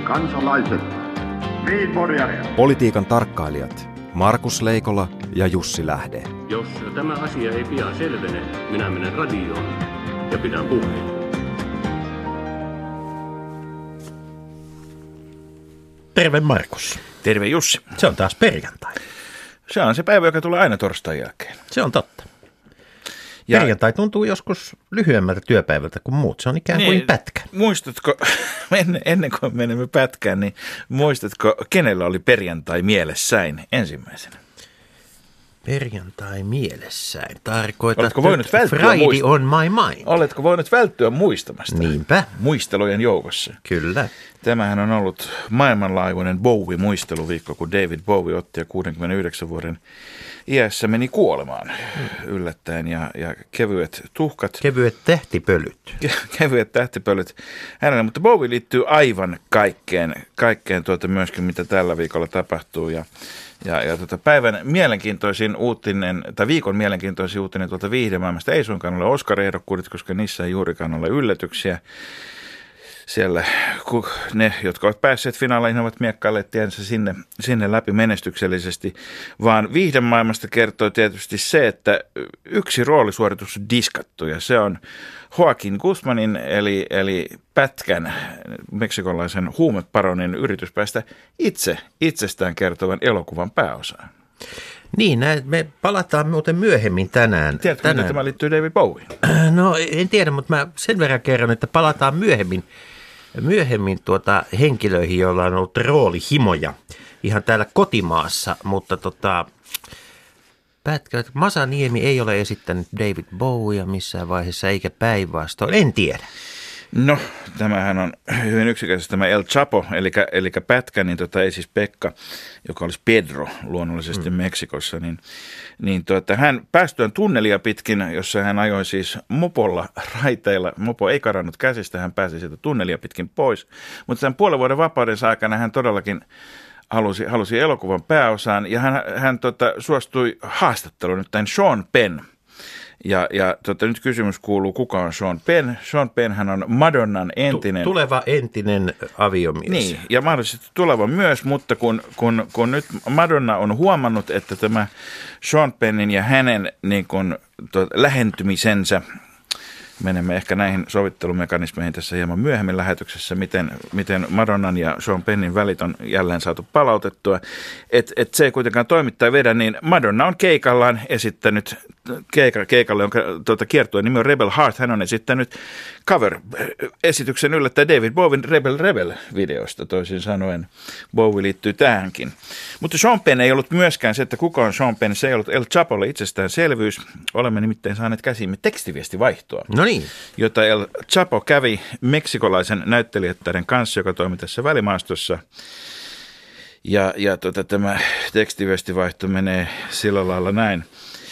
kansalaiset, Politiikan tarkkailijat Markus Leikola ja Jussi Lähde. Jos tämä asia ei pian selvene, minä menen radioon ja pidän puheen. Terve Markus. Terve Jussi. Se on taas perjantai. Se on se päivä, joka tulee aina torstain jälkeen. Se on totta. Ja perjantai tuntuu joskus lyhyemmältä työpäivältä kuin muut. Se on ikään kuin niin, pätkä. Muistatko, ennen kuin menemme pätkään, niin muistatko, kenellä oli perjantai mielessäin ensimmäisenä? Perjantai mielessäin. Tarkoitat, oletko voinut välttyä Friday on my mind. Oletko voinut välttyä muistamasta? Niinpä. Muistelujen joukossa. Kyllä. Tämähän on ollut maailmanlaajuinen Bowie-muisteluviikko, kun David Bowie otti ja 69 vuoden iässä meni kuolemaan yllättäen ja kevyet tuhkat. Kevyet tähtipölyt. Kevyet tähtipölyt hänelle, mutta Bowie liittyy aivan kaikkeen myöskin, mitä tällä viikolla tapahtuu ja päivän mielenkiintoisin uutinen, tai viikon mielenkiintoisin uutinen tuolta viihdemaailmasta ei suinkaan ole Oscar-ehdokkuudet, koska niissä ei juurikaan ole yllätyksiä. Siellä ne, jotka ovat päässeet finaaleihin, ovat miekkailleet tiensä sinne läpi menestyksellisesti, vaan viihdemaailmasta kertoo tietysti se, että yksi roolisuoritus on diskattu, ja se on Joaquin Guzmanin, eli pätkän meksikolaisen huumeparonin yritys päästä itsestään kertovan elokuvan pääosaan. Niin, me palataan muuten myöhemmin tänään. Tiedätkö, miten tämä liittyy David Bowieen? No en tiedä, mutta mä sen verran kerron, että palataan myöhemmin henkilöihin, joilla on ollut roolihimoja ihan täällä kotimaassa, mutta Masa Niemi ei ole esittänyt David Bowiea missään vaiheessa eikä päinvastoin, en tiedä. No, tämähän on hyvin yksinkertaisesti tämä El Chapo, eli pätkä, niin ei siis Pekka, joka olisi Pedro luonnollisesti Meksikossa, niin hän päästyään tunnelia pitkin, jossa hän ajoi siis mopolla raiteilla, mopo ei karannut käsistä, hän pääsi sieltä tunnelia pitkin pois, mutta tämän puolen vuoden vapaudensa aikana hän todellakin halusi elokuvan pääosaan ja hän suostui haastatteluun nyt tämän Sean Penn. Ja nyt kysymys kuuluu, kuka on Sean Penn? Sean Penn hän on Madonnan entinen... Tuleva entinen aviomies. Niin, ja mahdollisesti tuleva myös, mutta kun nyt Madonna on huomannut, että tämä Sean Pennin ja hänen lähentymisensä, menemme ehkä näihin sovittelumekanismeihin tässä hieman myöhemmin lähetyksessä, miten Madonnan ja Sean Pennin välit on jälleen saatu palautettua. Et se ei kuitenkaan toimittaa vedä, niin Madonna on keikallaan esittänyt, keikalle, jonka kiertueen nimi on Rebel Heart, hän on esittänyt cover-esityksen yllättäen David Bowien Rebel-videosta, toisin sanoen Bowie liittyy tähänkin. Mutta Sean Penn ei ollut myöskään se, että kuka on Sean Penn, se ei ollut El Chapolle itsestäänselvyys. Olemme nimittäin saaneet käsimme tekstiviestivaihtoa. No niin. Jota El Chapo kävi meksikolaisen näyttelijättären kanssa, joka toimi tässä välimaastossa. Ja tämä tekstiviestivaihto menee sillä lailla näin.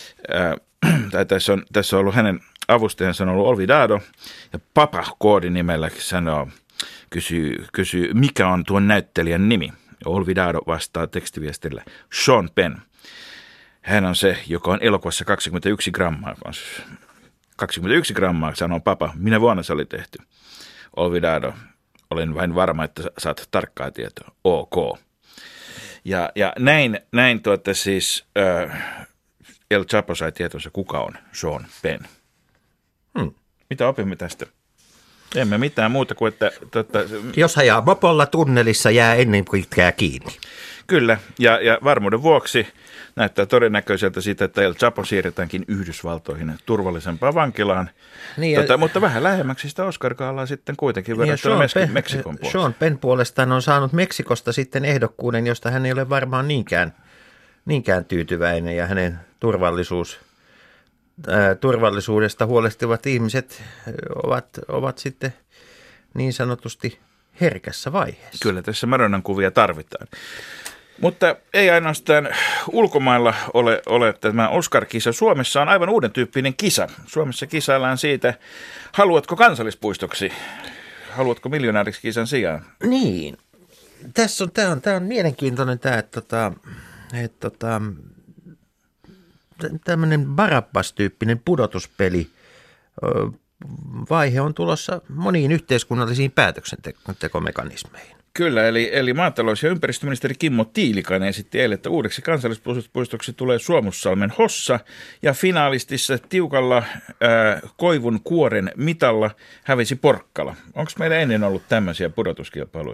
Tässä on ollut hänen avustajansa on ollut Olvidado, ja Papa koodinimellä kysyy, mikä on tuon näyttelijän nimi. Olvidado vastaa tekstiviestillä Sean Penn. Hän on se, joka on elokuvassa 21 grammaa. 21 grammaa, sanoo Papa. Minä vuonna se oli tehty? Olvidado, olen vain varma, että saat tarkkaa tietoa. OK. Ja näin siis El Chapo sai tietonsa, kuka on Sean Penn. Mitä opimme tästä? Emme mitään muuta kuin, että... Jos ajaa mopolla tunnelissa, jää ennen pitkää kiinni. Kyllä, ja varmuuden vuoksi näyttää todennäköiseltä siitä, että El Chapo siirretäänkin Yhdysvaltoihin turvallisempaan vankilaan. Niin, mutta vähän lähemmäksi sitä Oscar-gaalaa sitten kuitenkin verrattuna Meksikon puolesta. Sean Penn puolestaan on saanut Meksikosta sitten ehdokkuuden, josta hän ei ole varmaan niinkään tyytyväinen, ja hänen turvallisuudesta huolehtivat ihmiset ovat sitten niin sanotusti herkässä vaiheessa. Kyllä, tässä Madonnan kuvia tarvitaan. Mutta ei ainoastaan ulkomailla ole tämä Oscar-kisa. Suomessa on aivan uuden tyyppinen kisa. Suomessa kisaillaan siitä, haluatko kansallispuistoksi, haluatko miljonääriksi kisan sijaan? Niin, tämä on mielenkiintoinen tämmöinen Barabbas-tyyppinen pudotuspeli vaihe on tulossa moniin yhteiskunnallisiin päätöksentekomekanismeihin. Kyllä, eli maatalous- ja ympäristöministeri Kimmo Tiilikainen esitti eilen, että uudeksi kansallispuistoksi tulee Suomussalmen Hossa, ja finaalistissa tiukalla koivun kuoren mitalla hävisi Porkkala. Onko meillä ennen ollut tämmöisiä pudotuskilpailuja?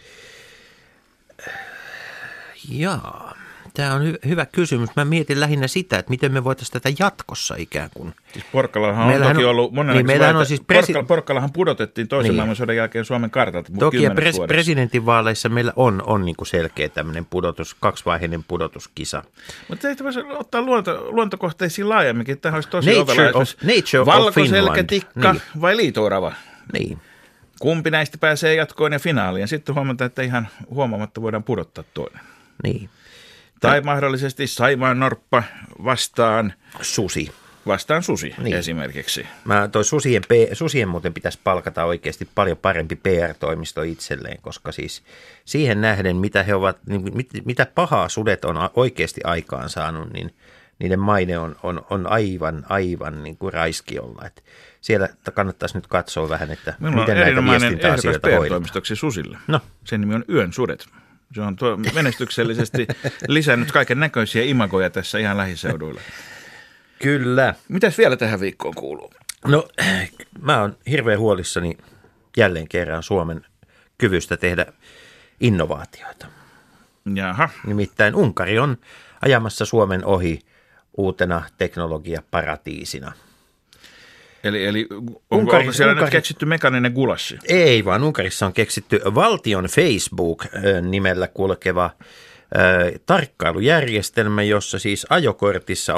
Jaa, tämä on hyvä kysymys. Mä mietin lähinnä sitä, että miten me voitaisiin tätä jatkossa ikään kuin. Siis Porkkalahan on toki ollut niin, Porkkalahan pudotettiin toisen maailmansodan jälkeen Suomen kartalta. Toki ja presidentinvaaleissa meillä on niin kuin selkeä tämmöinen kaksivaiheinen pudotuskisa. Mutta ei voisi ottaa luontokohteisiin laajemminkin. Tähän olisi tosi Nature valkoselkätikka vai liito-orava? Niin. Kumpi näistä pääsee jatkoon ja finaaliin? Sitten huomataan, että ihan huomaamatta voidaan pudottaa toinen. Niin. Tai mahdollisesti Saimaannorppa vastaan susi. Niin. Esimerkiksi. Toi susien muuten pitäisi palkata oikeasti paljon parempi PR-toimisto itselleen, koska siis siihen nähden, mitä he ovat, mitä pahaa sudet on oikeasti aikaan saanut, niin niiden maine on aivan niin kuin raiskiolla. Että siellä kannattaisi nyt katsoa vähän, että miten näitä viestintäasioita hoidetaan. PR-toimistoksi susille. No. Sen nimi on Yön sudet. Se on menestyksellisesti lisännyt kaiken näköisiä imagoja tässä ihan lähiseuduilla. Kyllä. Mitäs vielä tähän viikkoon kuuluu? No, mä oon hirveän huolissani jälleen kerran Suomen kyvystä tehdä innovaatioita. Jaha. Nimittäin Unkari on ajamassa Suomen ohi uutena teknologiaparatiisina. Eli onko siellä nyt keksitty mekaaninen gulassi? Ei, vaan Unkarissa on keksitty valtion Facebook-nimellä kulkeva tarkkailujärjestelmä, jossa siis ajokorteissa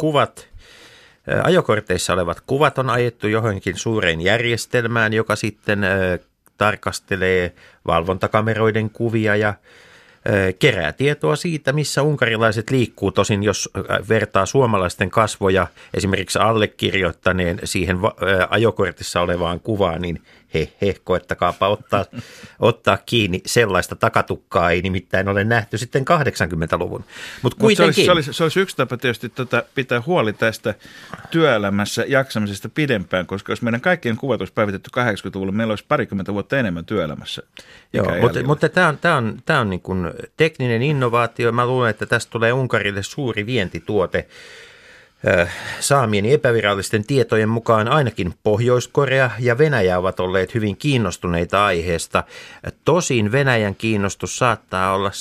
olevat kuvat on ajettu johonkin suureen järjestelmään, joka sitten tarkastelee valvontakameroiden kuvia ja kerää tietoa siitä, missä unkarilaiset liikkuu. Tosin jos vertaa suomalaisten kasvoja esimerkiksi allekirjoittaneen siihen ajokortissa olevaan kuvaan, niin koettakaapa ottaa kiinni. Sellaista takatukkaa ei nimittäin ole nähty sitten 80-luvun. Mutta kuitenkin. Se olisi yksi tapa tietysti pitää huoli tästä työelämässä jaksamisesta pidempään, koska jos meidän kaikkien kuvat olisi päivitetty 80-luvulla, meillä olisi 20 vuotta enemmän työelämässä. Joo, mutta tämä on niin kuin tekninen innovaatio. Mä luulen, että tästä tulee Unkarille suuri vientituote. Saamieni epävirallisten tietojen mukaan ainakin Pohjois-Korea ja Venäjä ovat olleet hyvin kiinnostuneita aiheesta. Tosin Venäjän kiinnostus saattaa olla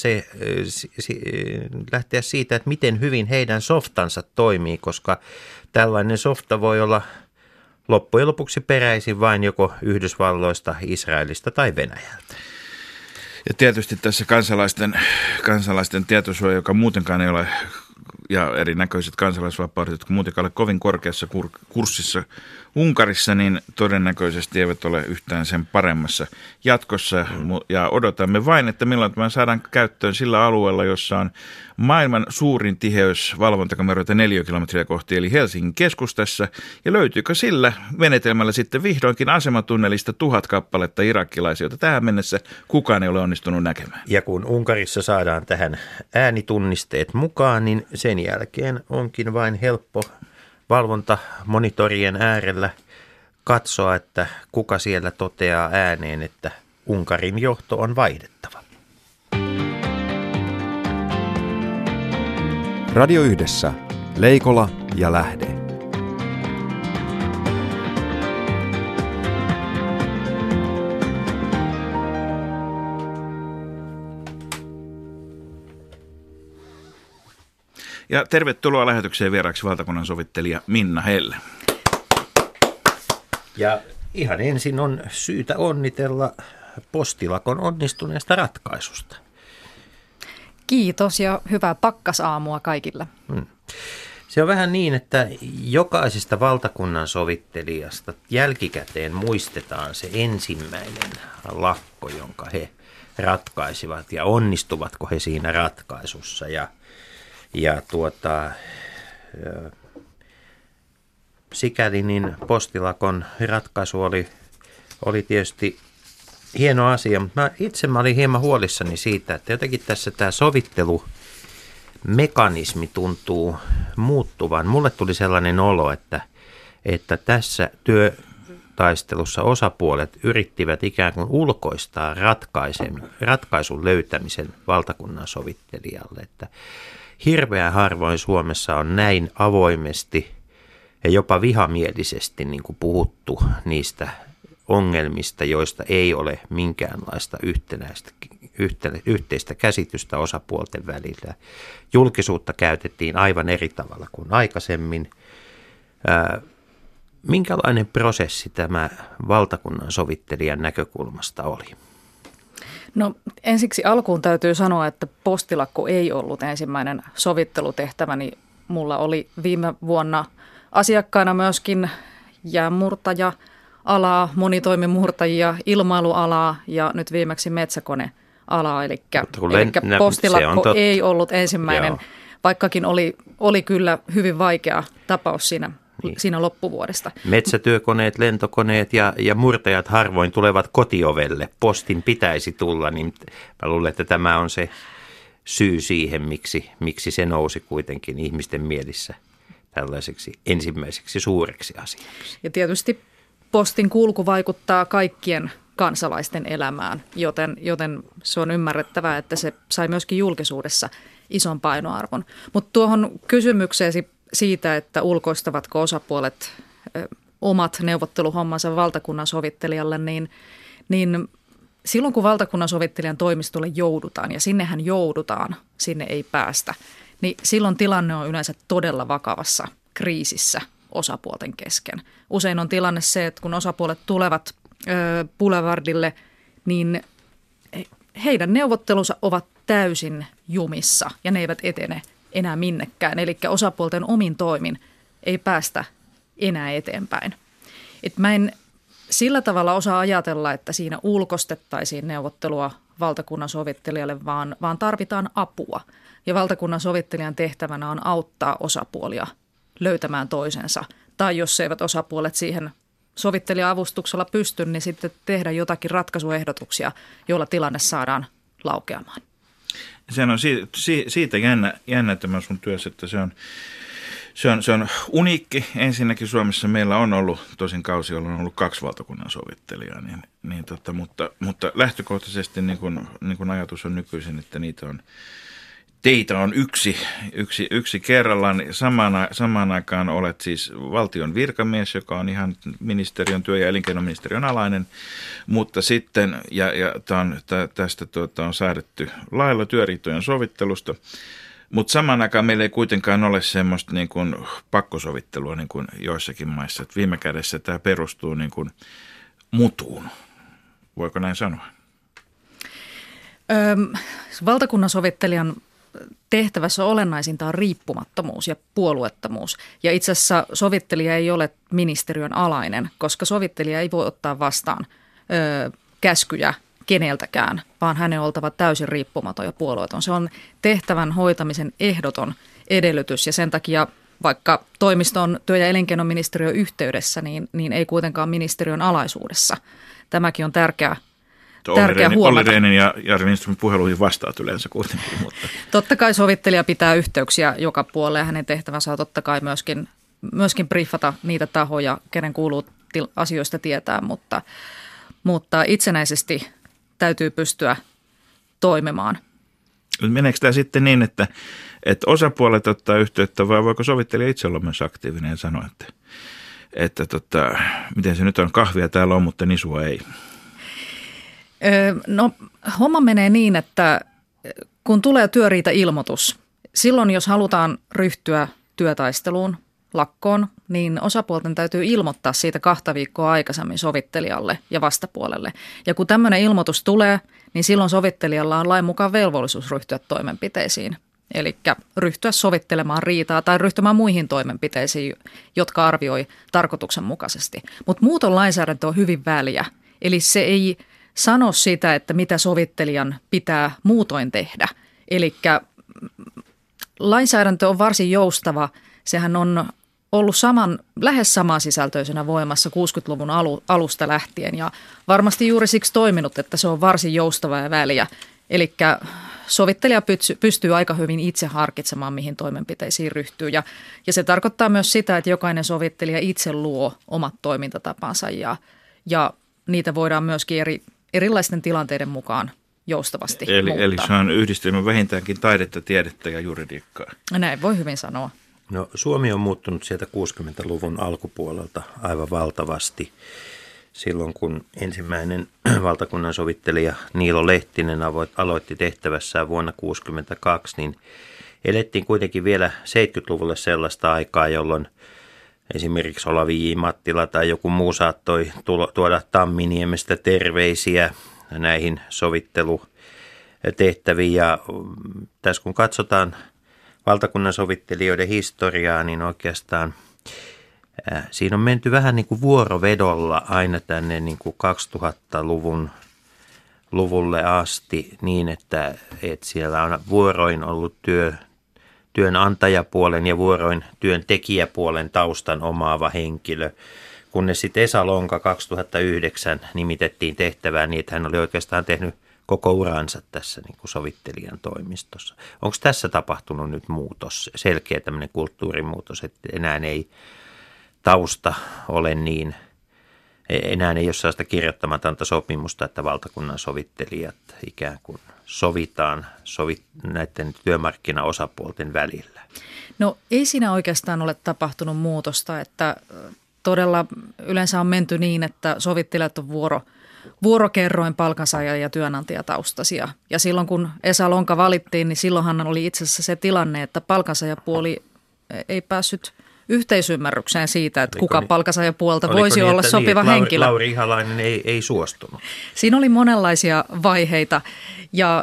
lähteä siitä, että miten hyvin heidän softansa toimii, koska tällainen softa voi olla loppujen lopuksi peräisin vain joko Yhdysvalloista, Israelista tai Venäjältä. Ja tietysti tässä kansalaisten tietosuoja, joka muutenkaan ei ole, ja erinäköiset kansalaisvapaudet, jotka muutenkaan ole kovin korkeassa kurssissa Unkarissa, niin todennäköisesti eivät ole yhtään sen paremmassa jatkossa. Ja odotamme vain, että milloin tämä saadaan käyttöön sillä alueella, jossa on maailman suurin tiheys valvontakameroita 4 kilometriä kohti, eli Helsingin keskustassa. Ja löytyykö sillä menetelmällä sitten vihdoinkin asematunnelista 1000 kappaletta irakilaisia, joita tähän mennessä kukaan ei ole onnistunut näkemään. Ja kun Unkarissa saadaan tähän äänitunnisteet mukaan, niin sen jälkeen onkin vain helppo valvontamonitorien äärellä katsoa, että kuka siellä toteaa ääneen, että Unkarin johto on vaihdettava. Radio Yhdessä. Leikola ja Lähde. Ja tervetuloa lähetykseen vieraaksi valtakunnan sovittelija Minna Helle. Ja ihan ensin on syytä onnitella postilakon onnistuneesta ratkaisusta. Kiitos ja hyvää pakkasaamua kaikille. Se on vähän niin, että jokaisesta valtakunnan sovittelijasta jälkikäteen muistetaan se ensimmäinen lakko, jonka he ratkaisivat ja onnistuvatko he siinä ratkaisussa. Sikäli niin postilakon ratkaisu oli tietysti hieno asia, mutta mä olin hieman huolissani siitä, että jotenkin tässä tämä sovittelumekanismi tuntuu muuttuvan. Mulle tuli sellainen olo, että tässä työtaistelussa osapuolet yrittivät ikään kuin ulkoistaa ratkaisun löytämisen valtakunnan sovittelijalle. Että hirveän harvoin Suomessa on näin avoimesti ja jopa vihamielisesti niin kuin puhuttu niistä ongelmista, joista ei ole minkäänlaista yhteistä käsitystä osapuolten välillä. Julkisuutta käytettiin aivan eri tavalla kuin aikaisemmin. Minkälainen prosessi tämä valtakunnan sovittelijan näkökulmasta oli? No ensiksi alkuun täytyy sanoa, että postilakko ei ollut ensimmäinen sovittelutehtäväni. Mulla oli viime vuonna asiakkaana myöskin jäänmurtaja-alaa, monitoimimurtajia, ilmailualaa ja nyt viimeksi metsäkonealaa. Eli postilakko ei ollut ensimmäinen, joo, vaikkakin oli kyllä hyvin vaikea tapaus siinä loppuvuodesta. Metsätyökoneet, lentokoneet ja murtajat harvoin tulevat kotiovelle. Postin pitäisi tulla, niin mä luulen, että tämä on se syy siihen, miksi se nousi kuitenkin ihmisten mielissä tällaiseksi ensimmäiseksi suureksi asiaksi. Ja tietysti postin kulku vaikuttaa kaikkien kansalaisten elämään, joten se on ymmärrettävää, että se sai myöskin julkisuudessa ison painoarvon. Mutta tuohon kysymykseesi siitä, että ulkoistavatko osapuolet omat neuvotteluhommansa valtakunnan sovittelijalle, niin silloin kun valtakunnan sovittelijan toimistolle joudutaan, ja sinnehän joudutaan, sinne ei päästä, niin silloin tilanne on yleensä todella vakavassa kriisissä osapuolten kesken. Usein on tilanne se, että kun osapuolet tulevat boulevardille, niin heidän neuvottelunsa ovat täysin jumissa ja ne eivät etene enää minnekään. Eli osapuolten omin toimin ei päästä enää eteenpäin. Et mä en sillä tavalla osaa ajatella, että siinä ulkostettaisiin neuvottelua valtakunnan sovittelijalle, vaan tarvitaan apua. Ja valtakunnan sovittelijan tehtävänä on auttaa osapuolia löytämään toisensa. Tai jos eivät osapuolet siihen sovittelija-avustuksella pysty, niin sitten tehdä jotakin ratkaisuehdotuksia, joilla tilanne saadaan laukeamaan. Sehän on siitä jännä tämä sun työssä, että se on uniikki. Ensinnäkin Suomessa meillä on ollut, tosin kausi on ollut 2 valtakunnan sovittelijaa, mutta lähtökohtaisesti niin kuin ajatus on nykyisin, että teitä on yksi kerrallaan. Samaan aikaan olet siis valtion virkamies, joka on ihan ministeriön, työ- ja elinkeinoministeriön alainen, mutta sitten, tästä on säädetty lailla työriitojen sovittelusta, mutta samaan aikaan meillä ei kuitenkaan ole semmoista niin kuin pakkosovittelua niin kuin joissakin maissa. Että viime kädessä tämä perustuu niin kuin mutuun. Voiko näin sanoa? Valtakunnan sovittelijan tehtävässä olennaisinta on riippumattomuus ja puolueettomuus. Ja itse asiassa sovittelija ei ole ministeriön alainen, koska sovittelija ei voi ottaa vastaan käskyjä keneltäkään, vaan hänen on oltava täysin riippumaton ja puolueeton. Se on tehtävän hoitamisen ehdoton edellytys ja sen takia vaikka toimisto on työ- ja elinkeinoministeriön yhteydessä, niin ei kuitenkaan ministeriön alaisuudessa. Tämäkin on tärkeä huomata. Olli Rehnin ja Jari Lindströmin puheluihin vastaat yleensä kuitenkin. Mutta. Totta kai sovittelija pitää yhteyksiä joka puolelle ja hänen tehtävänsä on totta kai myöskin briefata niitä tahoja, kenen kuuluu asioista tietää, mutta itsenäisesti täytyy pystyä toimimaan. Meneekö tämä sitten niin, että osapuolet ottaa yhteyttä vai voiko sovittelija itse olla myös aktiivinen ja sanoa, että miten se nyt on, kahvia täällä on, mutta nisua ei? No homma menee niin, että kun tulee työriita-ilmoitus, silloin jos halutaan ryhtyä työtaisteluun, lakkoon, niin osapuolten täytyy ilmoittaa siitä 2 viikkoa aikaisemmin sovittelijalle ja vastapuolelle. Ja kun tämmöinen ilmoitus tulee, niin silloin sovittelijalla on lain mukaan velvollisuus ryhtyä toimenpiteisiin. Eli ryhtyä sovittelemaan riitaa tai ryhtymään muihin toimenpiteisiin, jotka arvioi tarkoituksenmukaisesti. Mutta muuton lainsäädäntö on hyvin väliä. Eli se ei sano sitä, että mitä sovittelijan pitää muutoin tehdä. Eli lainsäädäntö on varsin joustava. Sehän on ollut lähes samansisältöisenä voimassa 60-luvun alusta lähtien ja varmasti juuri siksi toiminut, että se on varsin joustava ja väliä. Eli sovittelija pystyy aika hyvin itse harkitsemaan, mihin toimenpiteisiin ryhtyy. Ja se tarkoittaa myös sitä, että jokainen sovittelija itse luo omat toimintatapansa ja niitä voidaan myöskin erilaisten tilanteiden mukaan joustavasti muuttaa. Eli se on yhdistelmä vähintäänkin taidetta, tiedettä ja juridiikkaa. Näin voi hyvin sanoa. No, Suomi on muuttunut sieltä 60-luvun alkupuolelta aivan valtavasti. Silloin kun ensimmäinen valtakunnan sovittelija Niilo Lehtinen aloitti tehtävässään vuonna 1962, niin elettiin kuitenkin vielä 70-luvulle sellaista aikaa, jolloin esimerkiksi Olavi J. Mattila tai joku muu saattoi tuoda Tamminiemestä terveisiä näihin sovittelutehtäviin. Ja tässä kun katsotaan valtakunnan sovittelijoiden historiaa, niin oikeastaan siinä on menty vähän niin kuin vuorovedolla aina tänne niin kuin 2000-luvulle asti niin, että siellä on vuoroin ollut työnantajapuolen ja vuoroin työntekijäpuolen taustan omaava henkilö, kunnes sitten Esa Lonka 2009 nimitettiin tehtävään niin, että hän oli oikeastaan tehnyt koko uransa tässä niin kuin sovittelijan toimistossa. Onko tässä tapahtunut nyt muutos, selkeä tämmöinen kulttuurimuutos, että enää ei tausta ole niin, enää ei ole sellaista kirjoittamatonta sopimusta, että valtakunnan sovittelijat ikään kuin sovitaan näiden työmarkkinaosapuolten välillä? No ei siinä oikeastaan ole tapahtunut muutosta, että todella yleensä on menty niin, että sovittelijat on vuorokerroin palkansaaja- ja työnantajataustaisia. Ja silloin kun Esa Lonka valittiin, niin silloinhan oli itse asiassa se tilanne, että palkansaajapuoli ei päässyt yhteisymmärrykseen siitä, että kuka palkansaajapuolta voisi olla sopiva henkilö. Lauri Ihalainen ei suostunut. Siinä oli monenlaisia vaiheita ja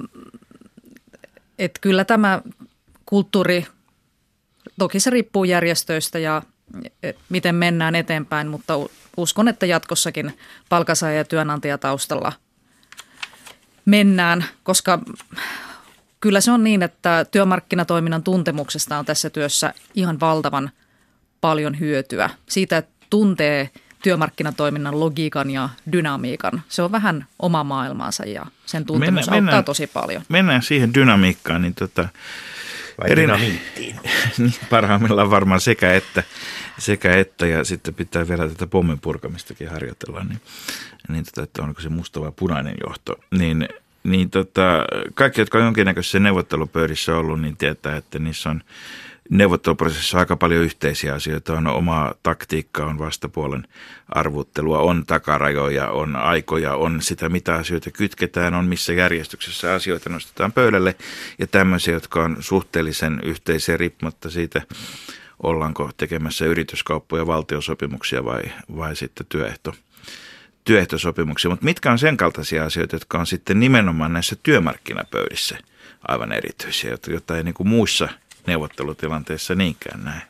että kyllä tämä kulttuuri, toki se riippuu järjestöistä ja miten mennään eteenpäin, mutta uskon, että jatkossakin palkansaaja- ja työnantajataustalla mennään, koska kyllä se on niin, että työmarkkinatoiminnan tuntemuksesta on tässä työssä ihan valtavan paljon hyötyä. Siitä, että tuntee työmarkkinatoiminnan logiikan ja dynamiikan. Se on vähän oma maailmansa ja sen tuntemus auttaa tosi paljon. Mennään siihen dynamiikkaan. Niin dynamiittiin. Niin, parhaimmillaan varmaan sekä että ja sitten pitää vielä tätä pommin purkamistakin harjoitella. Niin että onko se musta vai punainen johto. Kaikki, jotka on jonkinnäköisissä neuvottelupöydissä ollut, niin tietää, että niissä on neuvotteluprosessissa aika paljon yhteisiä asioita. On oma taktiikka, on vastapuolen arvuttelua, on takarajoja, on aikoja, on sitä, mitä asioita kytketään, on missä järjestyksessä asioita nostetaan pöydälle. Ja tämmöisiä, jotka on suhteellisen yhteisiä riippumatta siitä, ollaanko tekemässä yrityskauppoja, valtiosopimuksia vai sitten työehtosopimuksia, mutta mitkä on sen kaltaisia asioita, jotka on sitten nimenomaan näissä työmarkkinapöydissä aivan erityisiä, joita ei niin kuin muissa neuvottelutilanteissa niinkään näe?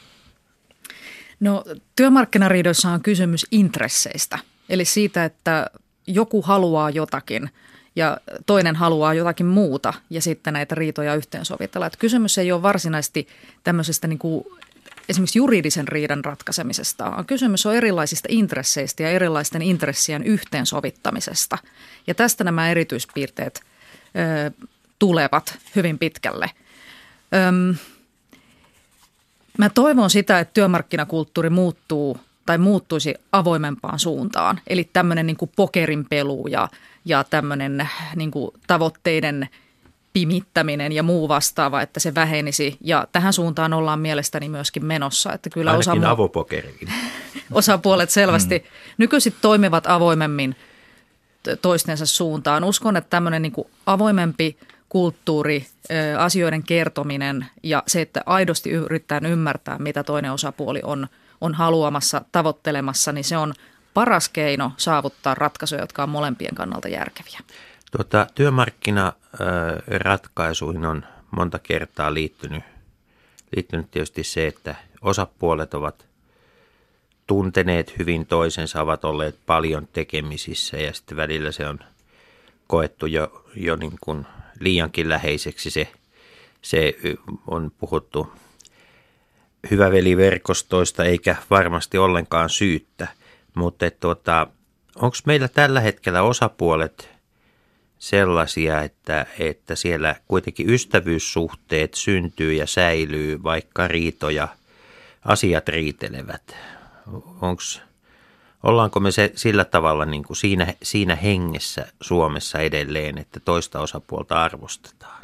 No työmarkkinariidoissa on kysymys intresseistä, eli siitä, että joku haluaa jotakin ja toinen haluaa jotakin muuta ja sitten näitä riitoja yhteensovitella. Että kysymys ei ole varsinaisesti tämmöisestä niin kuin esimerkiksi juridisen riidan ratkaisemisesta. Kysymys on erilaisista intresseistä ja erilaisten intressien yhteensovittamisesta. Ja tästä nämä erityispiirteet tulevat hyvin pitkälle. Mä toivon sitä, että työmarkkinakulttuuri muuttuisi avoimempaan suuntaan. Eli tämmöinen niin kuin pokerin pelu ja tämmöinen niin kuin tavoitteiden pimittäminen ja muu vastaava, että se vähenisi. Ja tähän suuntaan ollaan mielestäni myöskin menossa. Että kyllä ainakin avopokerikin. Osapuolet selvästi nykyisin toimivat avoimemmin toistensa suuntaan. Uskon, että tämmöinen niin kuin avoimempi kulttuuri, asioiden kertominen ja se, että aidosti yritetään ymmärtää, mitä toinen osapuoli on haluamassa, tavoittelemassa, niin se on paras keino saavuttaa ratkaisuja, jotka on molempien kannalta järkeviä. Työmarkkinaratkaisuihin on monta kertaa liittynyt tietysti se, että osapuolet ovat tunteneet hyvin toisensa, ovat olleet paljon tekemisissä ja sitten välillä se on koettu jo niin kuin liiankin läheiseksi. Se on puhuttu hyväveliverkostoista eikä varmasti ollenkaan syyttä, mutta onko meillä tällä hetkellä osapuolet sellaisia, että siellä kuitenkin ystävyyssuhteet syntyy ja säilyy, vaikka riitoja, asiat riitelevät. Ollaanko me sillä tavalla niin kuin siinä hengessä Suomessa edelleen, että toista osapuolta arvostetaan?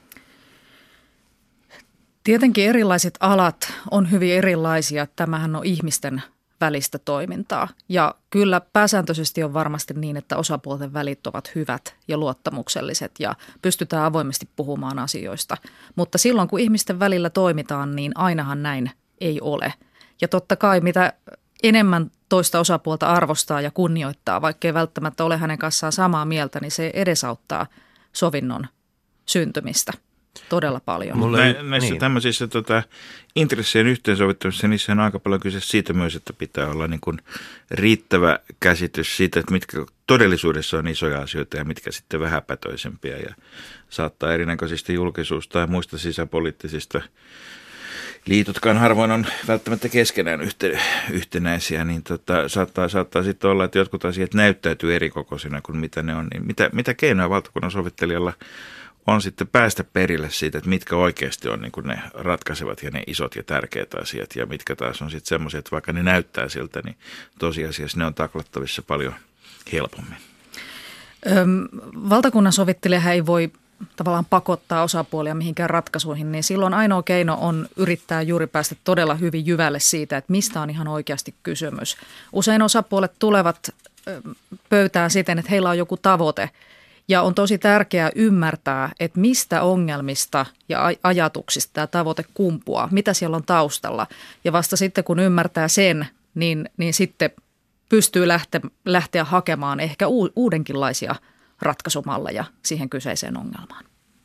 Tietenkin erilaiset alat on hyvin erilaisia. Tämähän on ihmisten välistä toimintaa. Ja kyllä pääsääntöisesti on varmasti niin, että osapuolten välit ovat hyvät ja luottamukselliset ja pystytään avoimesti puhumaan asioista. Mutta silloin, kun ihmisten välillä toimitaan, niin ainahan näin ei ole. Ja totta kai mitä enemmän toista osapuolta arvostaa ja kunnioittaa, vaikka ei välttämättä ole hänen kanssaan samaa mieltä, niin se edesauttaa sovinnon syntymistä todella paljon. Näissä tämmöisissä intressien yhteensovittamisessa, niissä on aika paljon kyse siitä myös, että pitää olla niin kuin riittävä käsitys siitä, että mitkä todellisuudessa on isoja asioita ja mitkä sitten vähäpätöisempiä ja saattaa erinäköisistä julkisuus- tai muista sisäpoliittisista liitotkaan harvoin on välttämättä keskenään yhtenäisiä, niin saattaa sitten olla, että jotkut asiat näyttäytyy erikokoisina kuin mitä ne on. Niin mitä keinoja valtakunnan sovittelijalla on sitten päästä perille siitä, että mitkä oikeasti on niin kuin ne ratkaisevat ja ne isot ja tärkeät asiat ja mitkä taas on sitten semmoisia, että vaikka ne näyttää siltä, niin tosiasiassa ne on taklattavissa paljon helpommin. Valtakunnan sovittelijahan ei voi tavallaan pakottaa osapuolia mihinkään ratkaisuihin, niin silloin ainoa keino on yrittää juuri päästä todella hyvin jyvälle siitä, että mistä on ihan oikeasti kysymys. Usein osapuolet tulevat pöytään siten, että heillä on joku tavoite ja on tosi tärkeää ymmärtää, että mistä ongelmista ja ajatuksista tämä tavoite kumpuaa, mitä siellä on taustalla. Ja vasta sitten kun ymmärtää sen, niin sitten pystyy lähteä hakemaan ehkä uudenkinlaisia ratkaisumalleja siihen kyseiseen ongelmaan.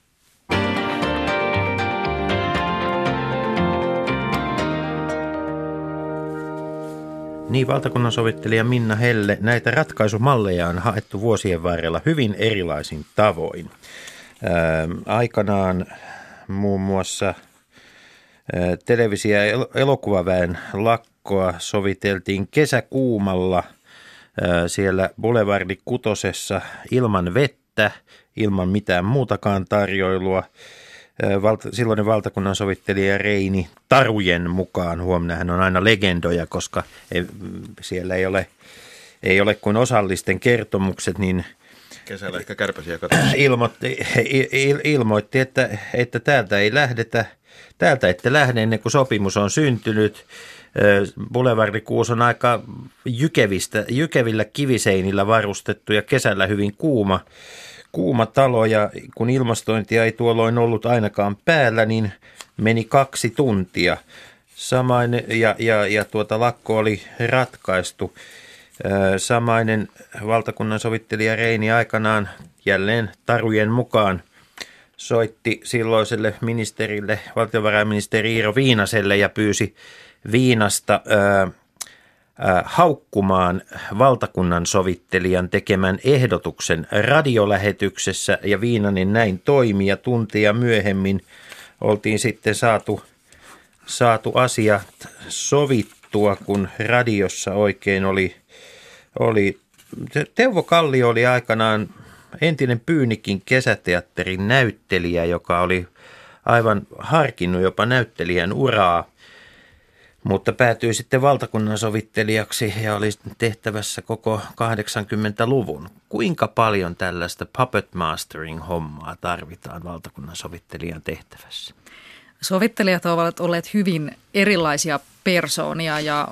Niin, valtakunnan sovittelija Minna Helle, näitä ratkaisumalleja on haettu vuosien varrella hyvin erilaisin tavoin. Aikanaan muun muassa televisio- ja elokuvaväen lakkoa soviteltiin kesäkuumalla siellä Boulevardi Kutosessa ilman vettä, ilman mitään muutakaan tarjoilua. Silloinen valtakunnan sovittelija Reini tarujen mukaan, hän on aina legendoja, koska siellä ei ole kuin osallisten kertomukset, niin kesällä ehkä kärpäsiä katossa. Ilmoitti, että täältä ei lähdetä, täältä ette lähde ennen kuin sopimus on syntynyt. Boulevardi Kuus on aika jykevillä kiviseinillä varustettu ja kesällä hyvin kuuma talo, ja kun ilmastointia ei tuolloin ollut ainakaan päällä, niin meni 2 tuntia. Samainen, ja lakko oli ratkaistu. Samainen valtakunnan sovittelija Reini aikanaan jälleen tarujen mukaan soitti silloiselle ministerille, valtiovarainministeri Iiro Viinaselle, ja pyysi Viinasta haukkumaan valtakunnan sovittelijan tekemän ehdotuksen radiolähetyksessä, ja Viinanen näin toimi, ja tuntia myöhemmin oltiin sitten saatu asiat sovittua, kun radiossa oikein oli. Teuvo Kallio oli aikanaan entinen Pyynikin kesäteatterin näyttelijä, joka oli aivan harkinnut jopa näyttelijän uraa, mutta päätyi sitten valtakunnan sovittelijaksi ja oli tehtävässä koko 80-luvun. Kuinka paljon tällaista puppet mastering-hommaa tarvitaan valtakunnan sovittelijan tehtävässä? Sovittelijat ovat olleet hyvin erilaisia persoonia, ja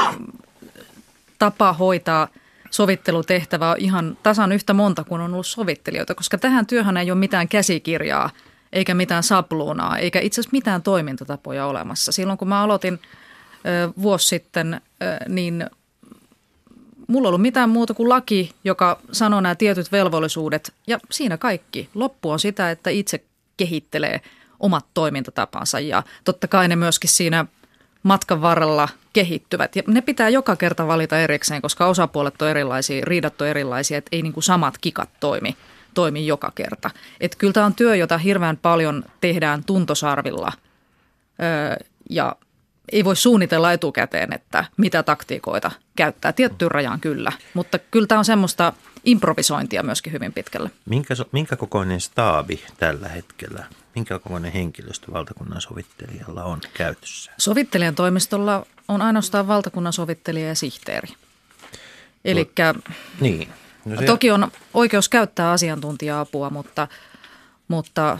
tapa hoitaa sovittelutehtävää on ihan tasan yhtä monta kuin on ollut sovittelijoita, koska tähän työhön ei ole mitään käsikirjaa eikä mitään sapluunaa eikä itse asiassa mitään toimintatapoja olemassa. Silloin kun mä aloitin vuosi sitten, niin mulla ei ollut mitään muuta kuin laki, joka sanoo nämä tietyt velvollisuudet, ja siinä kaikki. Loppu on sitä, että itse kehittelee omat toimintatapansa, ja totta kai ne myöskin siinä matkan varrella kehittyvät. Ja ne pitää joka kerta valita erikseen, koska osapuolet on erilaisia, riidat on erilaisia, että ei niin kuin samat kikat toimi joka kerta. Että kyllä tämä on työ, jota hirveän paljon tehdään tuntosarvilla, ja ei voi suunnitella etukäteen, että mitä taktiikoita käyttää. Tiettyyn rajaan kyllä, mutta kyllä tämä on semmoista improvisointia myöskin hyvin pitkälle. Minkä kokoinen staabi tällä hetkellä, minkä kokoinen henkilöstö valtakunnan sovittelijalla on käytössä? Sovittelijan toimistolla on ainoastaan valtakunnan sovittelija ja sihteeri. Elikkä niin. No toki on oikeus käyttää asiantuntija-apua, mutta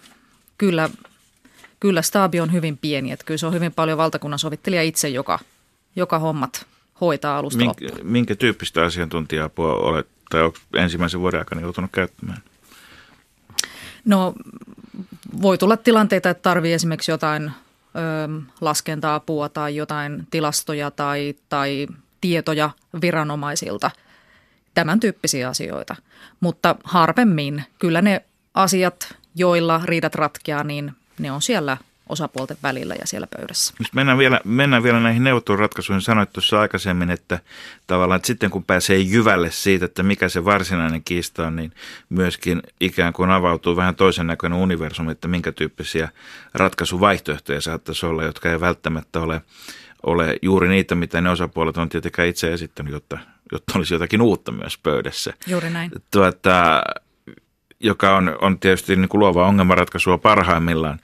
kyllä staabi on hyvin pieni. Että kyllä se on hyvin paljon valtakunnan sovittelija itse, joka hommat hoitaa alusta loppuun. Minkä tyyppistä asiantuntija-apua olet tai olet ensimmäisen vuoden aikana joutunut käyttämään? No voi tulla tilanteita, että tarvitsee esimerkiksi jotain laskenta-apua tai jotain tilastoja tai tietoja viranomaisilta. Tämän tyyppisiä asioita, mutta harvemmin kyllä ne asiat, joilla riidat ratkeaa, niin ne on siellä osapuolten välillä ja siellä pöydässä. Mennään vielä näihin neuvotteluratkaisuihin. Sanoit tuossa aikaisemmin, että tavallaan että sitten kun pääsee jyvälle siitä, että mikä se varsinainen kiista on, niin myöskin ikään kuin avautuu vähän toisen näköinen universumi, että minkä tyyppisiä ratkaisuvaihtoehtoja saattaisi olla, jotka ei välttämättä ole juuri niitä, mitä ne osapuolet on tietenkään itse esittänyt, jotta olisi jotakin uutta myös pöydässä. Juuri näin. Joka on tietysti niin kuin luovaa ongelmanratkaisua parhaimmillaan.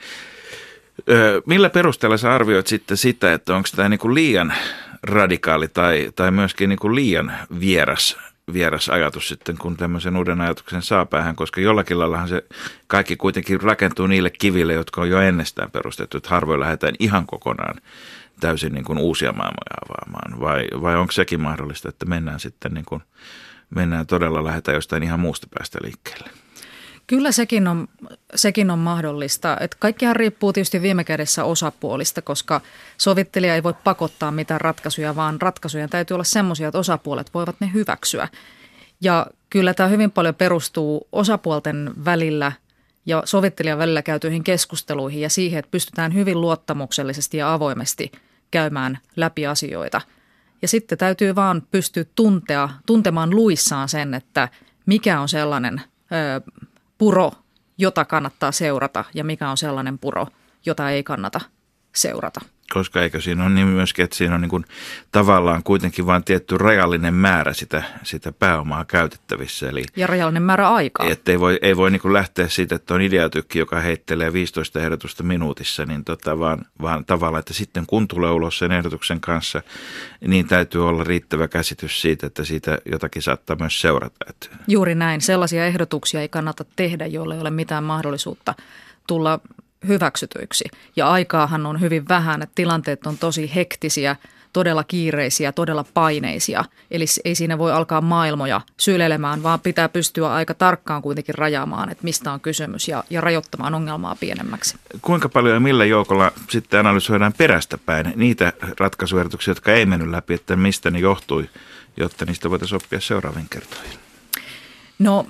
Millä perusteella sä arvioit sitten sitä, että onko tämä niin kuin liian radikaali tai myöskin niin kuin liian vieras ajatus sitten, kun tämmöisen uuden ajatuksen saa päähän, koska jollakin laillahan se kaikki kuitenkin rakentuu niille kiville, jotka on jo ennestään perustettu, että harvoin lähdetään ihan kokonaan täysin niin kuin uusia maailmoja avaamaan, vai onko sekin mahdollista, että mennään sitten niin kuin, lähdetään jostain ihan muusta päästä liikkeelle? Kyllä sekin on mahdollista. Että kaikkihan riippuu tietysti viime kädessä osapuolista, koska sovittelija ei voi pakottaa mitään ratkaisuja, vaan ratkaisujen täytyy olla semmoisia, että osapuolet voivat ne hyväksyä. Ja kyllä tämä hyvin paljon perustuu osapuolten välillä ja sovittelijan välillä käytyihin keskusteluihin ja siihen, että pystytään hyvin luottamuksellisesti ja avoimesti käymään läpi asioita. Ja sitten täytyy vaan pystyä tuntemaan luissaan sen, että mikä on sellainen puro, jota kannattaa seurata ja mikä on sellainen puro, jota ei kannata seurata. Koska eikö siinä ole niin myöskin, että siinä on niin kuin tavallaan kuitenkin vain tietty rajallinen määrä sitä pääomaa käytettävissä. Eli, ja rajallinen määrä aikaa. Että ei voi niin kuin lähteä siitä, että on ideatykki, joka heittelee 15 ehdotusta minuutissa, niin vaan tavallaan, että sitten kun tulee ulos sen ehdotuksen kanssa, niin täytyy olla riittävä käsitys siitä, että siitä jotakin saattaa myös seurata. Juuri näin. Sellaisia ehdotuksia ei kannata tehdä, joille ei ole mitään mahdollisuutta tulla hyväksytyiksi. Ja aikaahan on hyvin vähän, että tilanteet on tosi hektisiä, todella kiireisiä, todella paineisia. Eli ei siinä voi alkaa maailmoja syleilemään, vaan pitää pystyä aika tarkkaan kuitenkin rajaamaan, että mistä on kysymys ja rajoittamaan ongelmaa pienemmäksi. Kuinka paljon ja millä joukolla sitten analysoidaan perästä päin niitä ratkaisuehdotuksia, jotka ei mennyt läpi, että mistä ne johtui, jotta niistä voitaisiin oppia seuraaviin kertoihin? No,